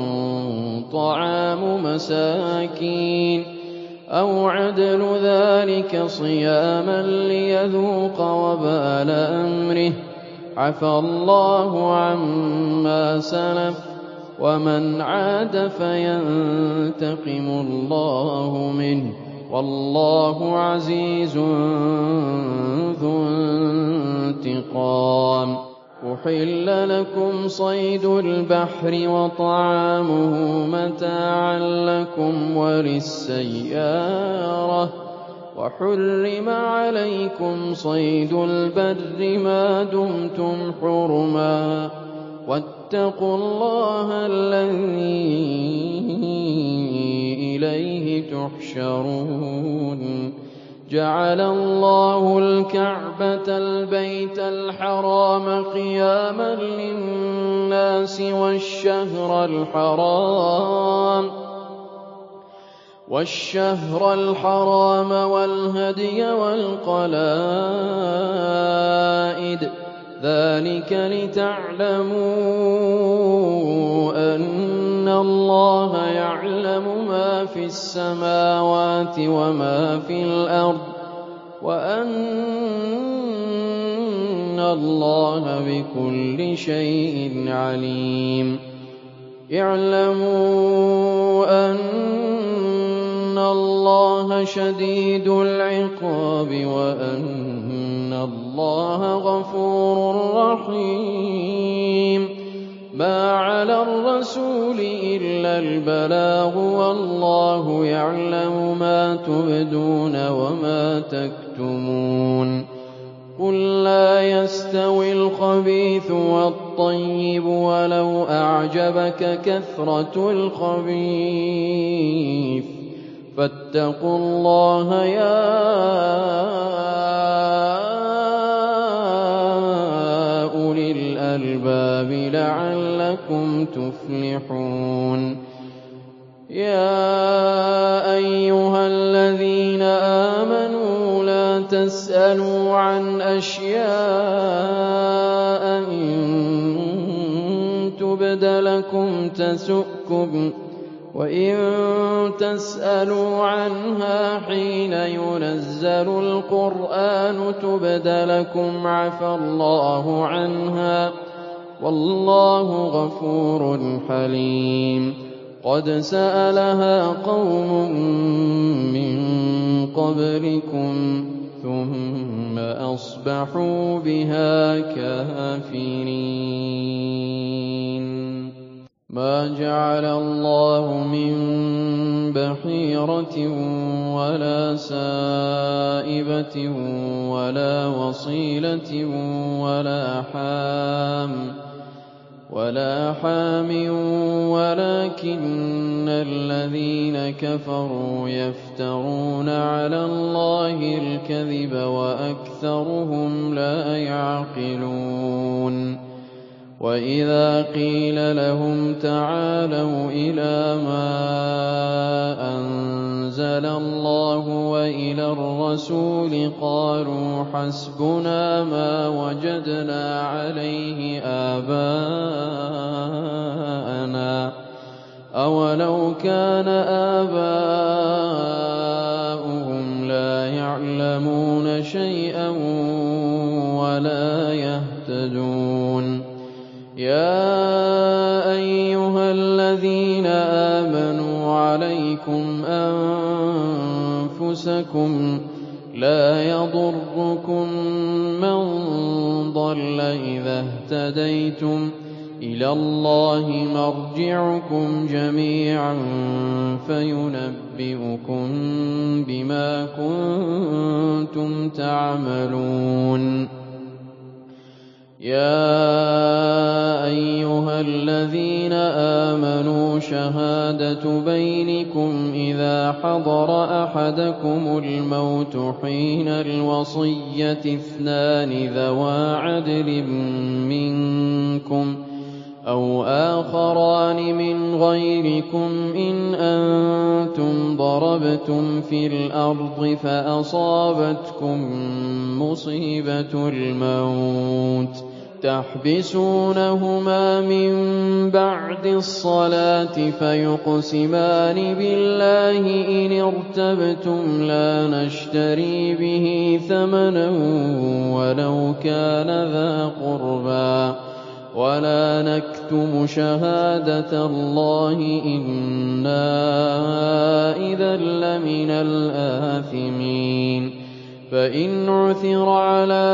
طعام مساكين أو عدل ذلك صياما ليذوق وبال أمره. عفى الله عما سلف، ومن عاد فينتقم الله منه، والله عزيز ذو انتقام. أحل لكم صيد البحر وطعامه متاعا لكم وللسيارة، وحرم عليكم صيد البر ما دمتم حرما، واتقوا الله الذي إليه تحشرون. جعل الله الكعبة البيت الحرام قياما للناس والشهر الحرام والشهر الحرام والهدي والقلائد، ذلك لتعلموا أن الله يعلم ما في السماوات وما في الأرض، وأن الله بكل شيء عليم. اعلموا أن الله شديد العقاب، وأن الله غفور رحيم. ما على الرسول إلا البلاغ، والله يعلم ما تبدون وما تكتمون. قل لا يستوي الخبيث والطيب ولو أعجبك كثرة الخبيث، فاتقوا الله يا أولي الألباب لعلكم تفلحون. يا أيها الذين آمنوا لا تسألوا عن أشياء إن تبد لكم تسؤكم، وإن تسألوا عنها حين ينزل القرآن تبد لكم عفى الله عنها، والله غفور حليم. قد سألها قوم من قبلكم ثم أصبحوا بها كافرين. ما جعل الله من بحيرة ولا سائبة ولا وصيلة ولا حام ولا حام ولكن الذين كفروا يفترون على الله الكذب وأكثرهم لا يعقلون. وإذا قيل لهم تعالوا إلى ما أنزل الله وإلى الرسول قالوا حسبنا ما وجدنا عليه آباءنا أولو كان آباؤهم لا يعلمون شيئا ولا يهتدون. يا أيها الذين آمنوا عليكم أنفسكم لا يضركم من ضل إِذَا اهْتَدَيْتُمْ إِلَى اللَّهِ مَرْجِعُكُمْ جَمِيعًا فَيُنَبِّئُكُم بِمَا كُنتُمْ تَعْمَلُونَ يَا أَيُّهَا الَّذِينَ آمَنُوا شَهَادَةُ بَيْنِكُمْ إِذَا حَضَرَ أَحَدَكُمُ الْمَوْتُ حِينَ الْوَصِيَّةِ اثْنَانِ ذَوَا عَدْلٍ مِّنكُمْ أَوْ آخَرَانِ مِنْ غَيْرِكُمْ إِنْ أَنتُمْ ضَرَبْتُمْ فِي الْأَرْضِ فَأَصَابَتْكُم مُّصِيبَةُ الْمَوْتِ تَحْبِسُونَهُمَا مِن بَعْدِ الصَّلَاةِ فَيُقْسِمَانِ بِاللَّهِ إِنِ ارْتَبْتُمْ لَا نَشْتَرِي بِهِ ثَمَنًا وَلَوْ كَانَ ذَا قُرْبَىٰ وَلَا نَكْتُمُ شَهَادَةَ اللَّهِ إِنَّا إِذًا لَّمِنَ الْآثِمِينَ فَإِنْ عُثِرَ عَلَىٰ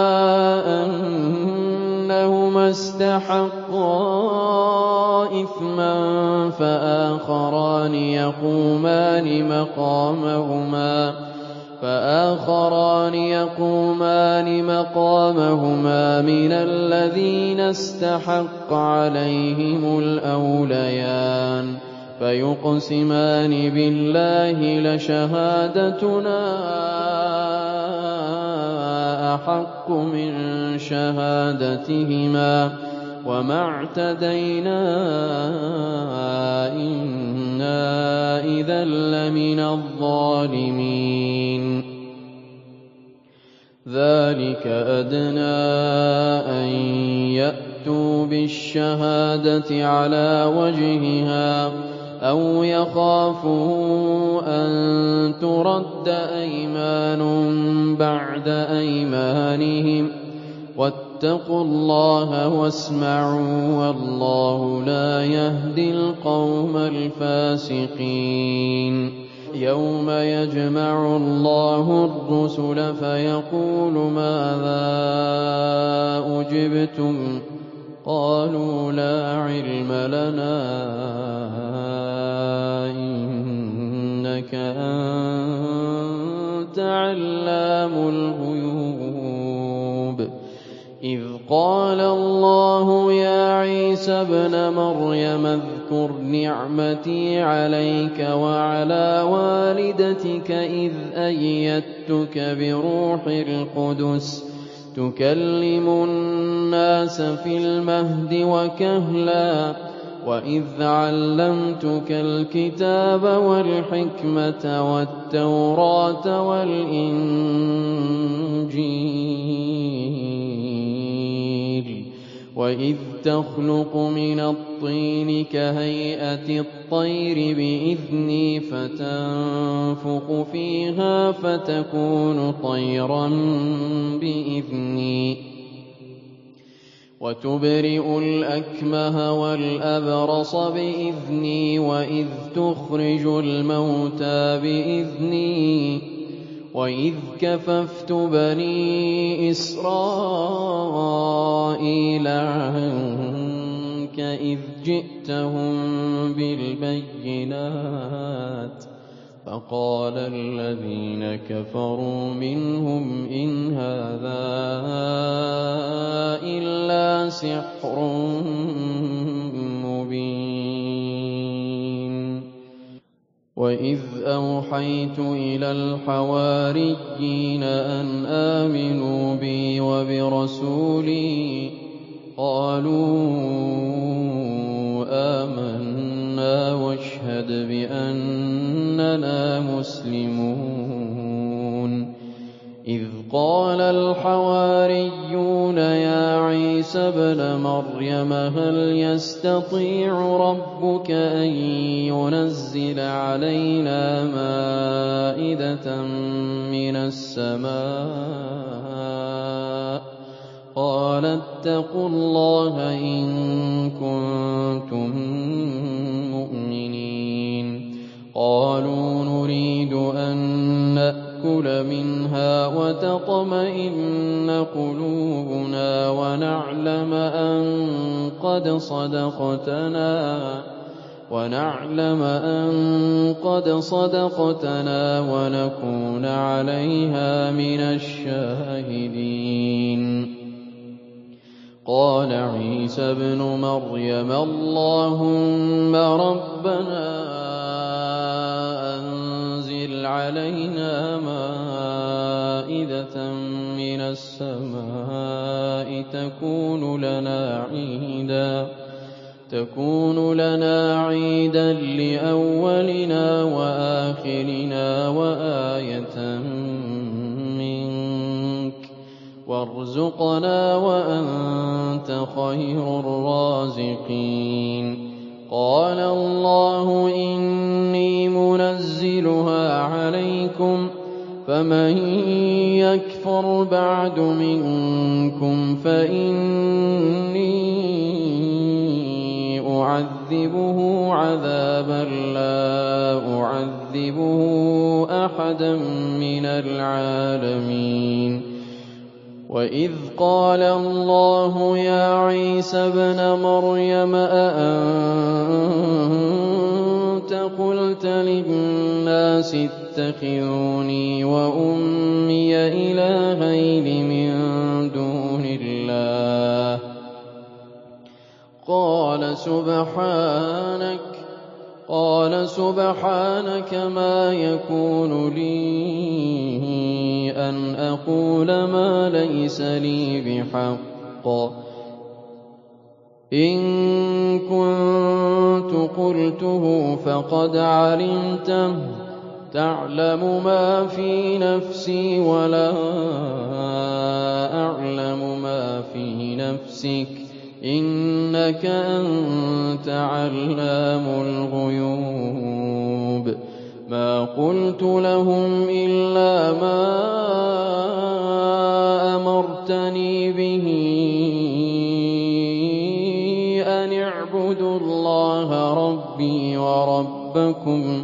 أَنَّهُمَا اسْتَحَقَّا إِثْمًا فَآخَرَانِ يَقُومَانِ مَقَامَهُمَا فآخران يقومان مقامهما من الذين استحق عليهم الأوليان فيقسمان بالله لشهادتنا أحق من شهادتهما وما اعتدينا إنا إذا لمن الظالمين ذلك أدنى أن يأتوا بالشهادة على وجهها أو يخافوا أن ترد أيمان بعد أيمانهم واتقوا الله واسمعوا والله لا يهدي القوم الفاسقين يوم يجمع الله الرسل فيقول ماذا أجبتم قالوا لا علم لنا إنك أنت علام الغيوب إذ قال الله يا عيسى ابن مريم اذكر نعمتي عليك وعلى والدتك إذ أيدتك بروح القدس تكلم الناس في المهد وكهلا وإذ علمتك الكتاب والحكمة والتوراة والإنجيل وإذ تخلق من الطين كهيئة الطير بإذني فتنفخ فيها فتكون طيرا بإذني وتبرئ الأكمه والأبرص بإذني وإذ تخرج الموتى بإذني وإذ كففت بني إسرائيل عنك إذ جئتهم بالبينات فقال الذين كفروا منهم إن هذا إلا سحر مبين وإذ أوحيت إلى الحواريين أن آمنوا بي وبرسولي قالوا آمنا واشهد بأننا مسلمون إذ قال الحواريون يا عيسى ابن مريم هل يستطيع ربك أن ينزل علينا مائدة من السماء قال اتقوا الله إن كنتم مؤمنين قالوا نريد أن نأكل نأكل منها وتطمئن قلوبنا ونعلم أن قد صدقتنا ونعلم أن قد صدقتنا ونكون عليها من الشاهدين. قال عيسى ابن مريم اللهم ربنا أنزل علينا مائدة من السماء تكون لنا عيدا تكون لنا عيدا لأولنا وآخرنا وآية منك وارزقنا وأنت خير الرازقين. قال الله إني منزلها عليكم فمن يكفر بعد منكم فإني أعذبه عذابا لا أعذبه أحدا من العالمين. وإذ قال الله يا عيسى ابن مريم أأنت قلت للناس اتخذوني وأمي إلهين من دون الله قال سبحانك قال سبحانك ما يكون لي أن أقول ما ليس لي بحق إن كنت قلته فقد علمته تعلم ما في نفسي ولا أعلم ما في نفسك إنك أنت علام الغيوب. ما قلت لهم إلا ما أمرتني به أن اعبدوا الله ربي وربكم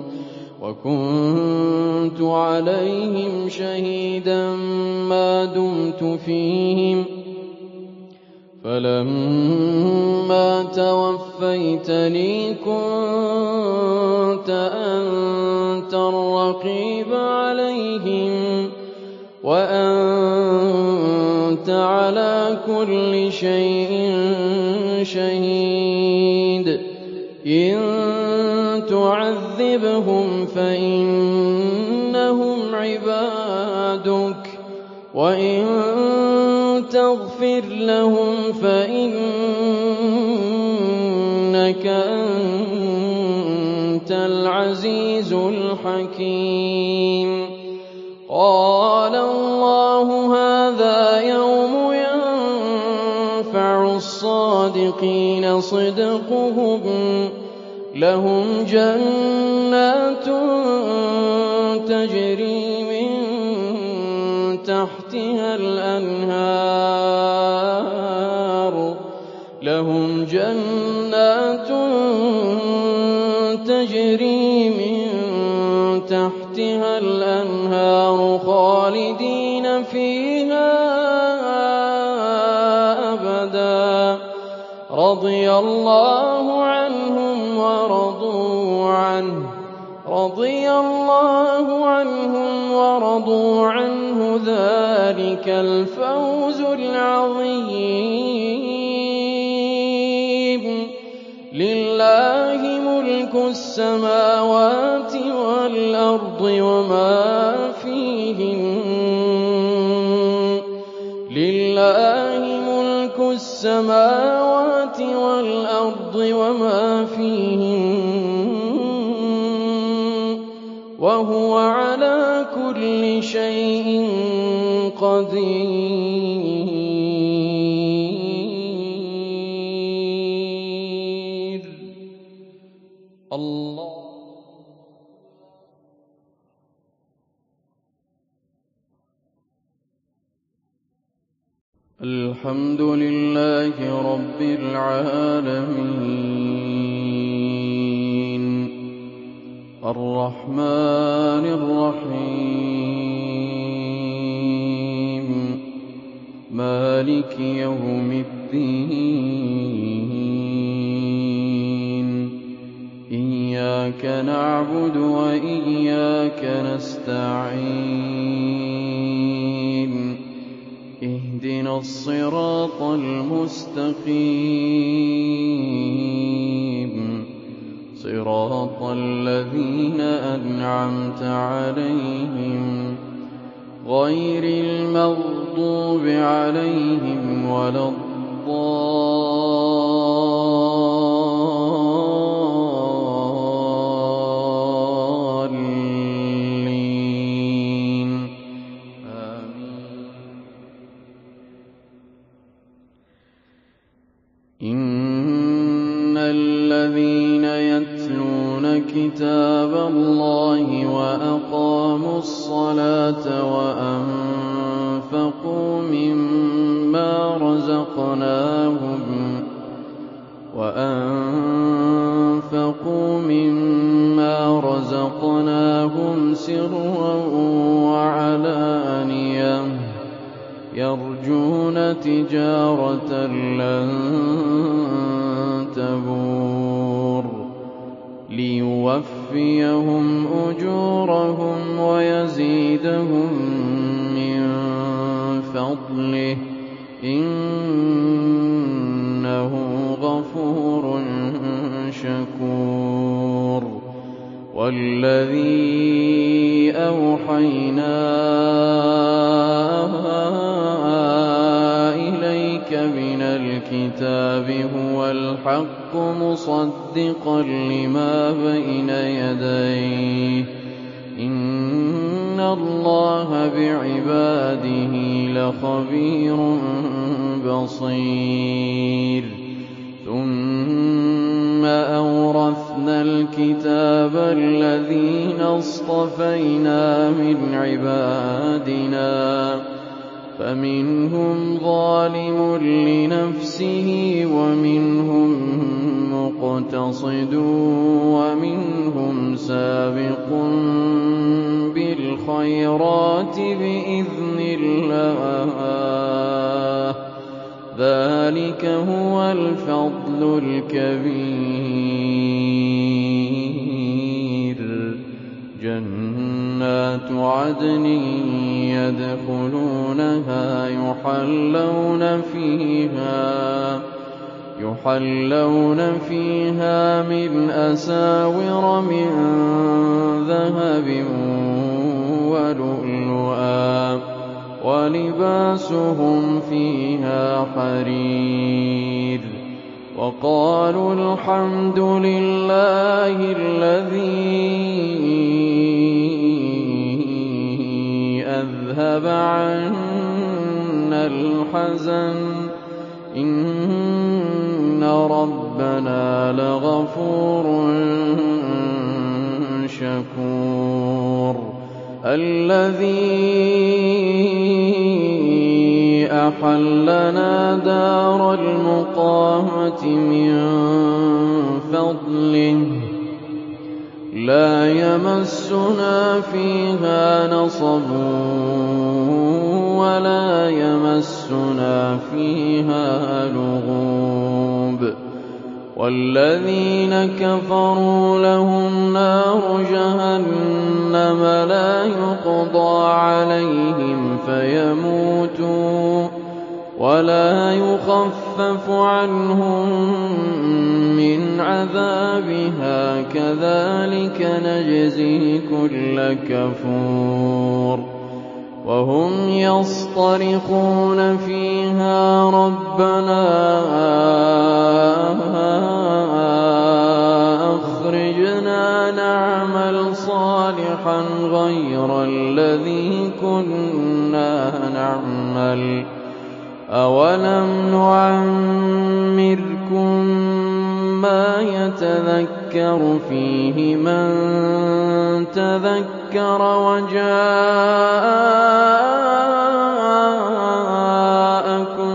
وكنت عليهم شهيدا ما دمت فيهم فلما توفيتني كنت أنت الرقيب عليهم وأنت على كل شيء شهيد. إن تعذبهم فإنهم عبادك وإن تغفر لهم فإنك أنت العزيز الحكيم. قال الله هذا يوم ينفع الصادقين صدقهم لهم جنات تجري من تحتها الأنهار لهم جنات تجري من تحتها الأنهار خالدين فيها أبدا رضي الله عنهم ورضوا عنه رضي الله عنهم ورضوا عنه ذلك الفوز العظيم. لله ملك السماوات والأرض وما فيهن لله ملك السماوات والأرض وما فيهن وهو على كل شيء قدير. الله الحمد لله رب العالمين الرحمن الرحيم مالك يوم الدين إياك نعبد وإياك نستعين اهدنا الصراط المستقيم صراط الذين أنعمت عليهم غير المغضوب عليهم ولا الضالين آمين. إن الذين يتلون كتاب الله وأقاموا الصلاة وأنفقوا مما رزقناهم وأنفقوا مما رزقناهم سرا وعلانية يرجون تجارة لن تبور ليوفيهم أجورهم ويزيدهم من فضله إنه غفور شكور. والذي أوحينا إليك من الكتاب هو الحق مصدقا لما بين يديه إن الله بعباده لخبير بصير. ثم أورثنا الكتاب الذين اصطفينا من عبادنا فمنهم ظالم لنفسه ومنهم مقتصد ومنهم سابق بالخيرات بإذن الله ذلك هو الفضل الكبير. جنات عدن يدخلونها يحلون فيها يحلون فيها من أساور من ذهب ولؤلؤا ولباسهم فيها حرير. وقالوا الحمد لله الذي أذهب عنا الحزن إن ربنا لغفور شكور. الذي أحلنا دار المقامة من فضله لا يمسنا فيها نصب ولا يمسنا فيها لغوب. والذين كفروا لهم نار جهنم لا يقضى عليهم فيموتوا ولا يخفف عنهم من عذابها كذلك نجزي كل كفور. وهم يصطرخون فيها ربنا أخرجنا نعمل صالحا غير الذي كنا نعمل أولم نعمركم ما يتذكر فيه من تذكر وجاءكم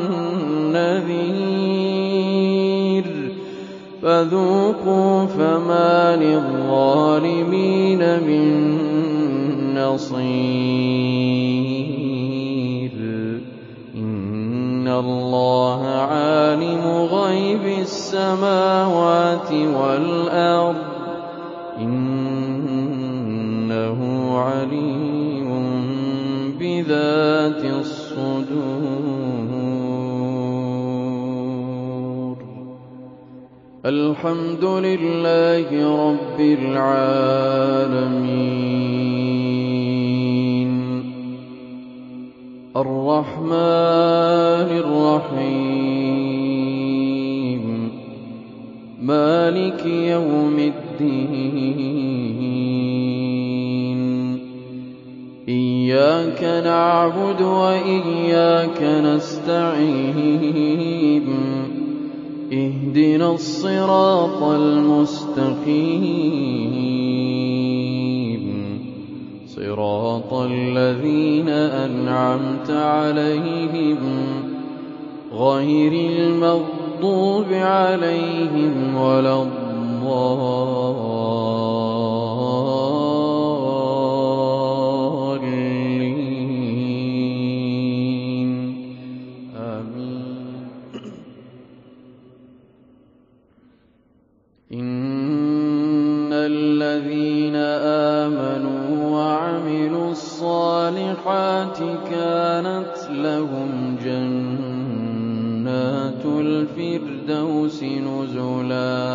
النذير فذوقوا فما للظالمين من نصير. إن اللَّهَ عَالِمُ غَيْبِ السَّمَاوَاتِ وَالْأَرْضِ ۚ إِنَّهُ عَلِيمٌ بِذَاتِ الصُّدُورِ. الْحَمْدُ لِلَّهِ رَبِّ الْعَالَمِينَ الرَّحْمَٰنِ الرَّحِيمِ مَالِكِ يَوْمِ الدِّينِ إِيَّاكَ نَعْبُدُ وَإِيَّاكَ نَسْتَعِينُ اهْدِنَا الصِّرَاطَ الْمُسْتَقِيمَ صِرَاطَ الَّذِينَ أَنْعَمْتَ عَلَيْهِمْ غَيْرِ الْمَغْضُوبِ عَلَيْهِمْ وَلَا الضَّالِّينَ آمين. إِنَّ الَّذِينَ آمَنُوا وَعَمِلُوا الصَّالِحَاتِ كَانَتْ لَهُمْ جَنَّاتُ الْفِرْدَوْسِ نُزُلًا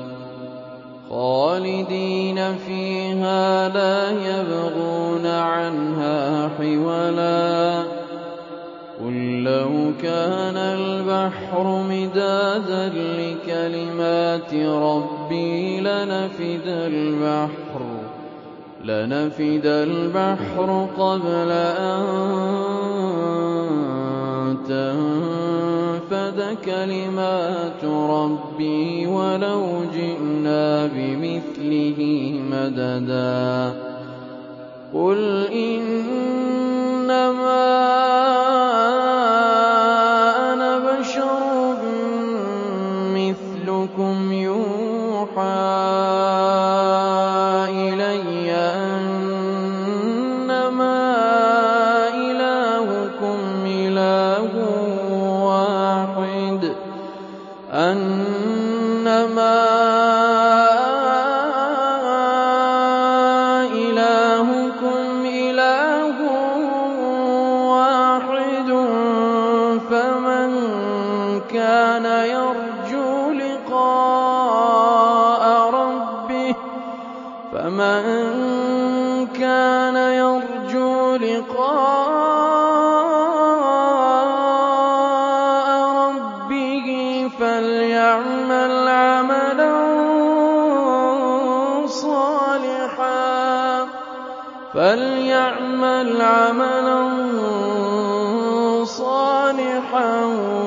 خَالِدِينَ فِيهَا لَا يَبْغُونَ عَنْهَا حِوَلًا. قُل لَّوْ كَانَ الْبَحْرُ مِدَادًا لِّكَلِمَاتِ رَبِّي لَنَفِدَ الْبَحْرُ لَنَفِدَ الْبَحْرُ قَبْلَ أَن تَنفَدَ كَلِمَاتُ رَبِّي وَلَوْ جِئْنَا بِمِثْلِهِ مَدَدًا. قُلْ إِنَّمَا أَنَا بَشَرٌ مِّثْلُكُمْ يُوحَىٰ إِلَيَّ أَنَّمَا إِلَٰهُكُمْ إِلَٰهٌ وَاحِدٌ أَنَّمَا إِلَٰهُكُمْ إِلَٰهٌ وَاحِدٌ فَمَن كَانَ يَرْجُو لِقَاءَ رَبِّهِ فَمَن كَانَ يَرْجُو لِقَاءَ رَبِّهِ فَلْيَعْمَلْ عَمَلًا صَالِحًا فَلْيَعْمَلْ عَمَلًا صَالِحًا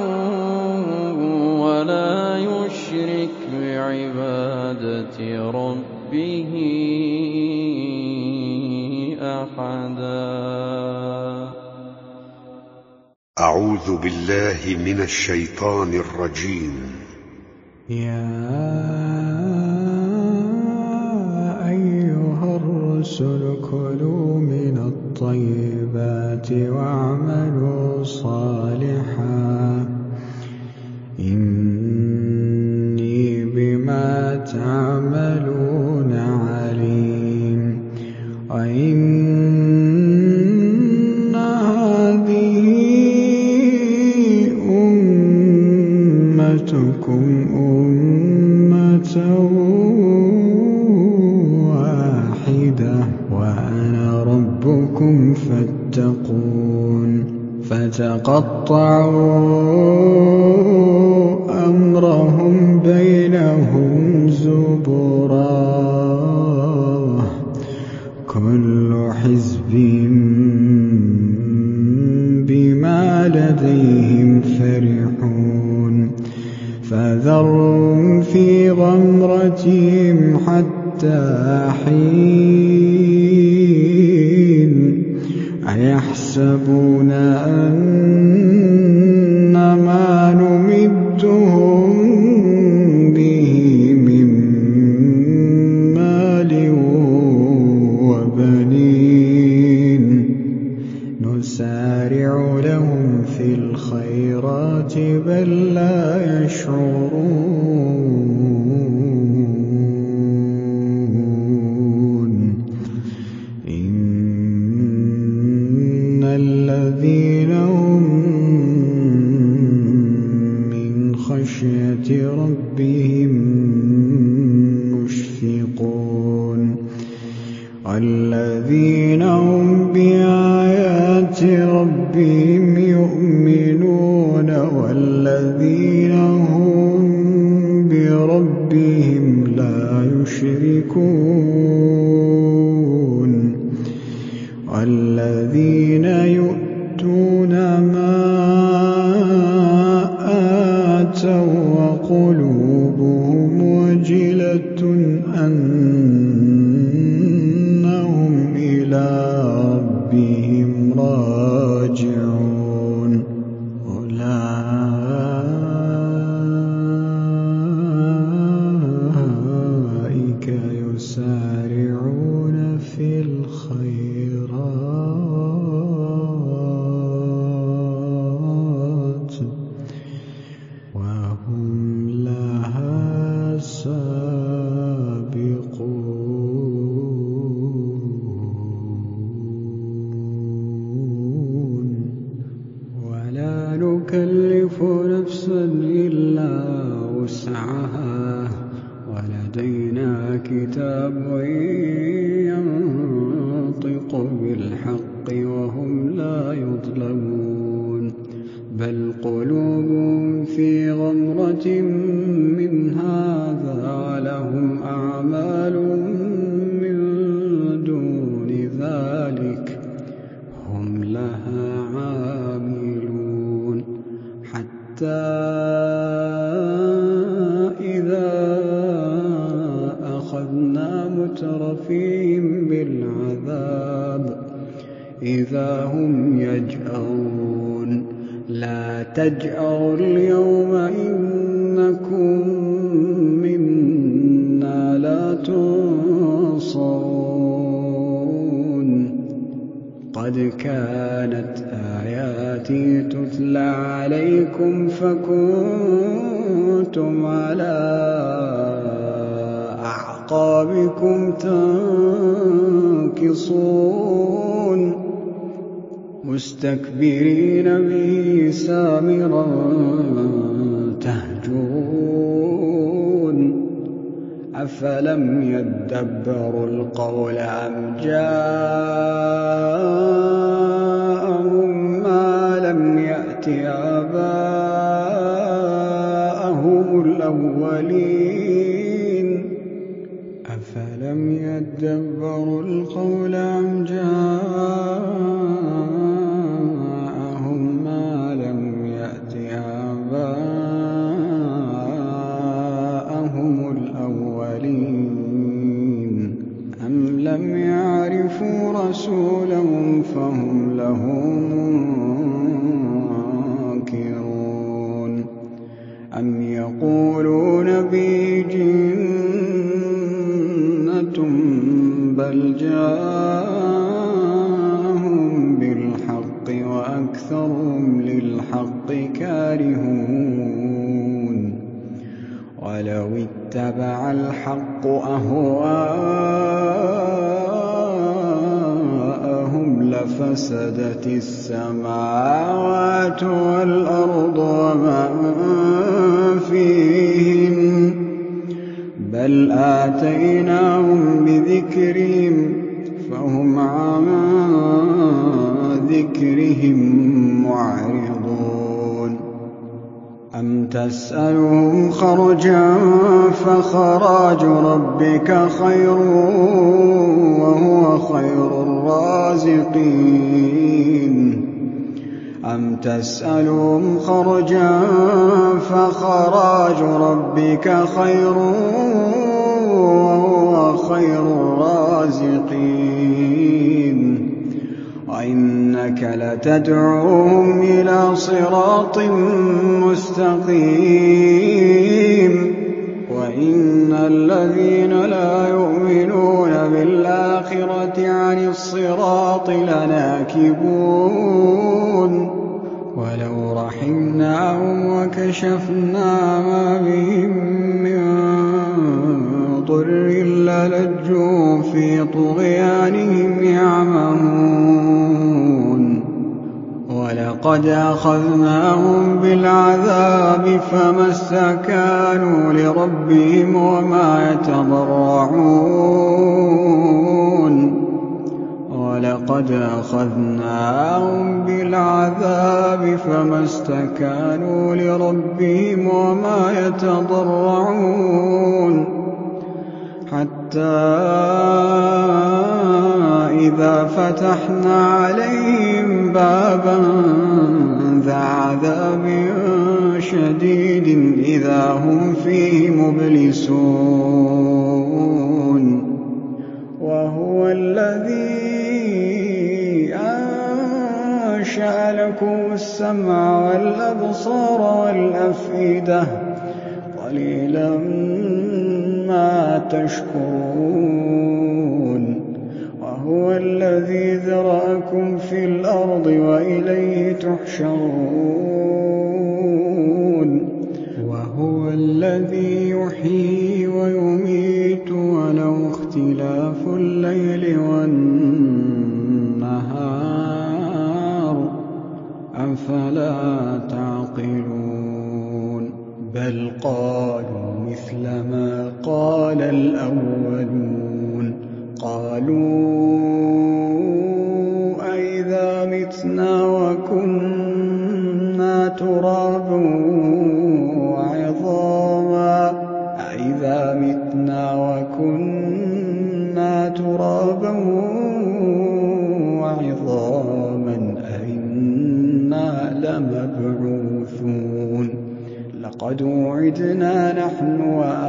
وَلَا يُشْرِكْ بِعِبَادَةِ رَبِّهِ أَحَدًا. أعوذ بالله من الشيطان الرجيم. يا أيها الرسل كلوا من الطيبات واعملوا صالحا إني بما تعملون عليم. وإن هذه أمتكم أمة واحدة وأنا ربكم فاتقون. فتقطعوا أمرهم بينهم زبرا كل حزب بما لديهم فرحون. فذرهم في غمرتهم حتى حين أيحسبون أن ما نمدهم به من مال وبنين نسارع لهم في الخيرات خشية ربهم مشفقون والذين هم بآيات ربهم يؤمنون والذين هم بربهم لا يشركون والذين يؤتون ما آتوا وقلوبهم وجلة أنهم إلى ربهم راجعون أولئك يسارعون في الخيرات وهم لها سابقون ولا نكلف نفسا إلا وسعها ولدينا كتاب ينطق بالحق وهم لا يظلمون بل قلوبهم في غمرة من هذا ولهم أعمال من دون ذلك هم لها عاملون حتى إذا أخذنا مترفيهم بالعذاب إذا هم يجأرون لا تجأروا اليوم إنكم منا لا تنصرون قد كانت آياتي تتلى عليكم فكنتم على أعقابكم تنكصون مستكبرين به سامرا تهجرون أفلم يدبروا القول أم جاءهم ما لم يأت آباءهم الأولين أفلم يدبروا القول أم جاءهم ما لم يأت آباءهم الأولين أم لم يعرفوا رسولهم فهم له منكرون أم يقولون به جنة بل جاءهم بالحق وأكثرهم للحق كارهون ولو اتبع الحق أهواءهم لفسدت السماوات والأرض وما فيهن بل آتيناهم بذكرهم فهم عن ذكرهم معرضون أم تسألهم خرجا فخراج ربك خير وهو خير الرازقين أم تسألهم خرجا فخراج ربك خير وهو خير الرازقين وإنك لتدعوهم إلى صراط مستقيم وإن الذين لا يؤمنون بالآخرة عن الصراط لناكبون ولو رحمناهم وكشفنا ما بهم من ضر للجوا في طغيانهم يعمهون ولقد ولقد أخذناهم بالعذاب فما استكانوا لربهم وما يتضرعون ولقد أخذناهم بالعذاب فما استكانوا لربهم وما يتضرعون حتى إذا فتحنا عليهم بابا ذا عذاب شديد إذا هم فيه مبلسون وهو الذي أنشأ لكم السمع والأبصار والأفئدة قليلا ما تشكرون وهو الذي ذرأكم في الأرض وإليه تحشرون وهو الذي يحيي ويميت وله اختلاف الليل والنهار أفلا تعقلون بل قالوا مثل ما قال الأولون قالوا أئذا متنا وكنا ترابا وعظاما أئذا متنا وكنا ترابا وعظاما أئنا لمبعوثون لقد وعدنا نحن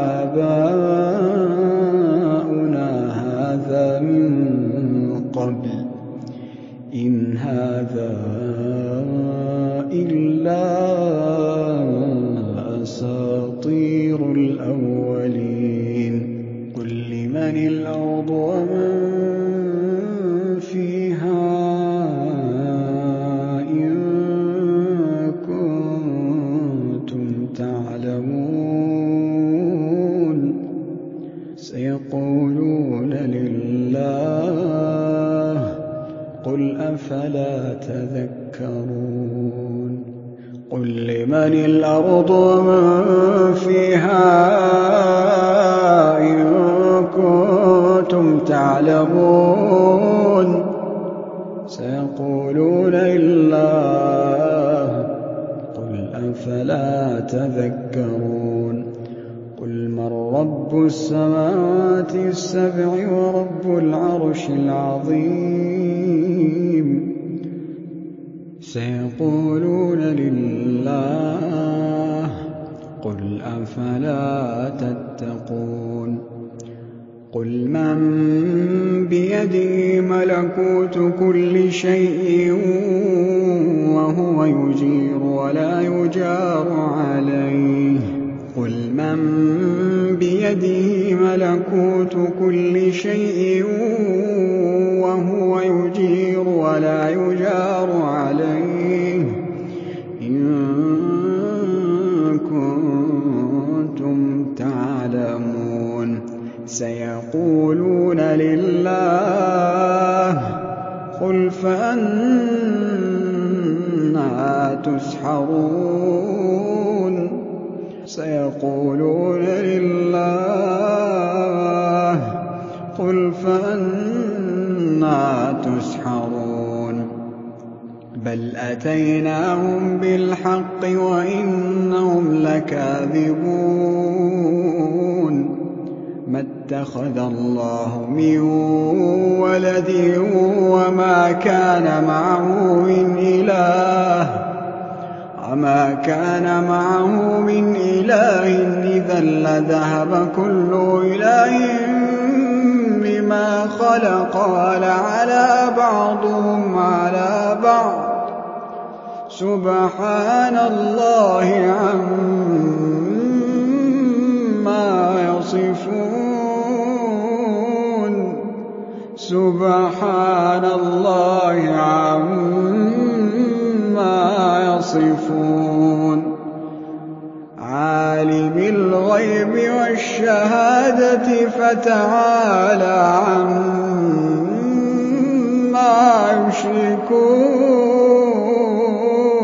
وآباؤنا هذا من قبل إن هذا إلا أساطير الأولين قل لمن الأرض ومن فيها إن كنتم تعلمون سيقولون لله قل أفلا تذكرون قل لمن الأرض ومن فيها إن كنتم تعلمون سيقولون لله قل أفلا تذكرون قل من رب السماوات السبع ورب العرش العظيم سيقولون لله قل أفلا تتقون قل من بيده ملكوت كل شيء وهو يجير ولا يجار عليه قل من بيده ملكوت كل شيء وهو يجير ولا يجار عليه إن كنتم تعلمون سيقولون لله قل فأنى تسحرون سيقولون لله قل فأنى تسحرون بل أتيناهم بالحق وإنهم لكاذبون ما اتخذ الله من ولد وما كان معه من إله وما كان معه من إله إذا لذهب كل إله بما خلق ولعلى بعضهم على بعض سبحان الله عما يصفون سبحان الله عما يصفون عالم الغيب والشهادة فتعالى عما يشركون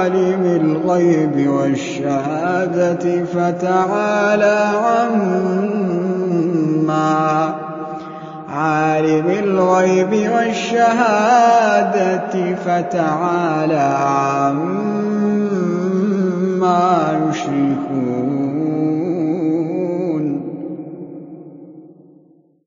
عالم الغيب والشهادة فتعالى عما عالم الغيب والشهادة فتعالى عما يشركون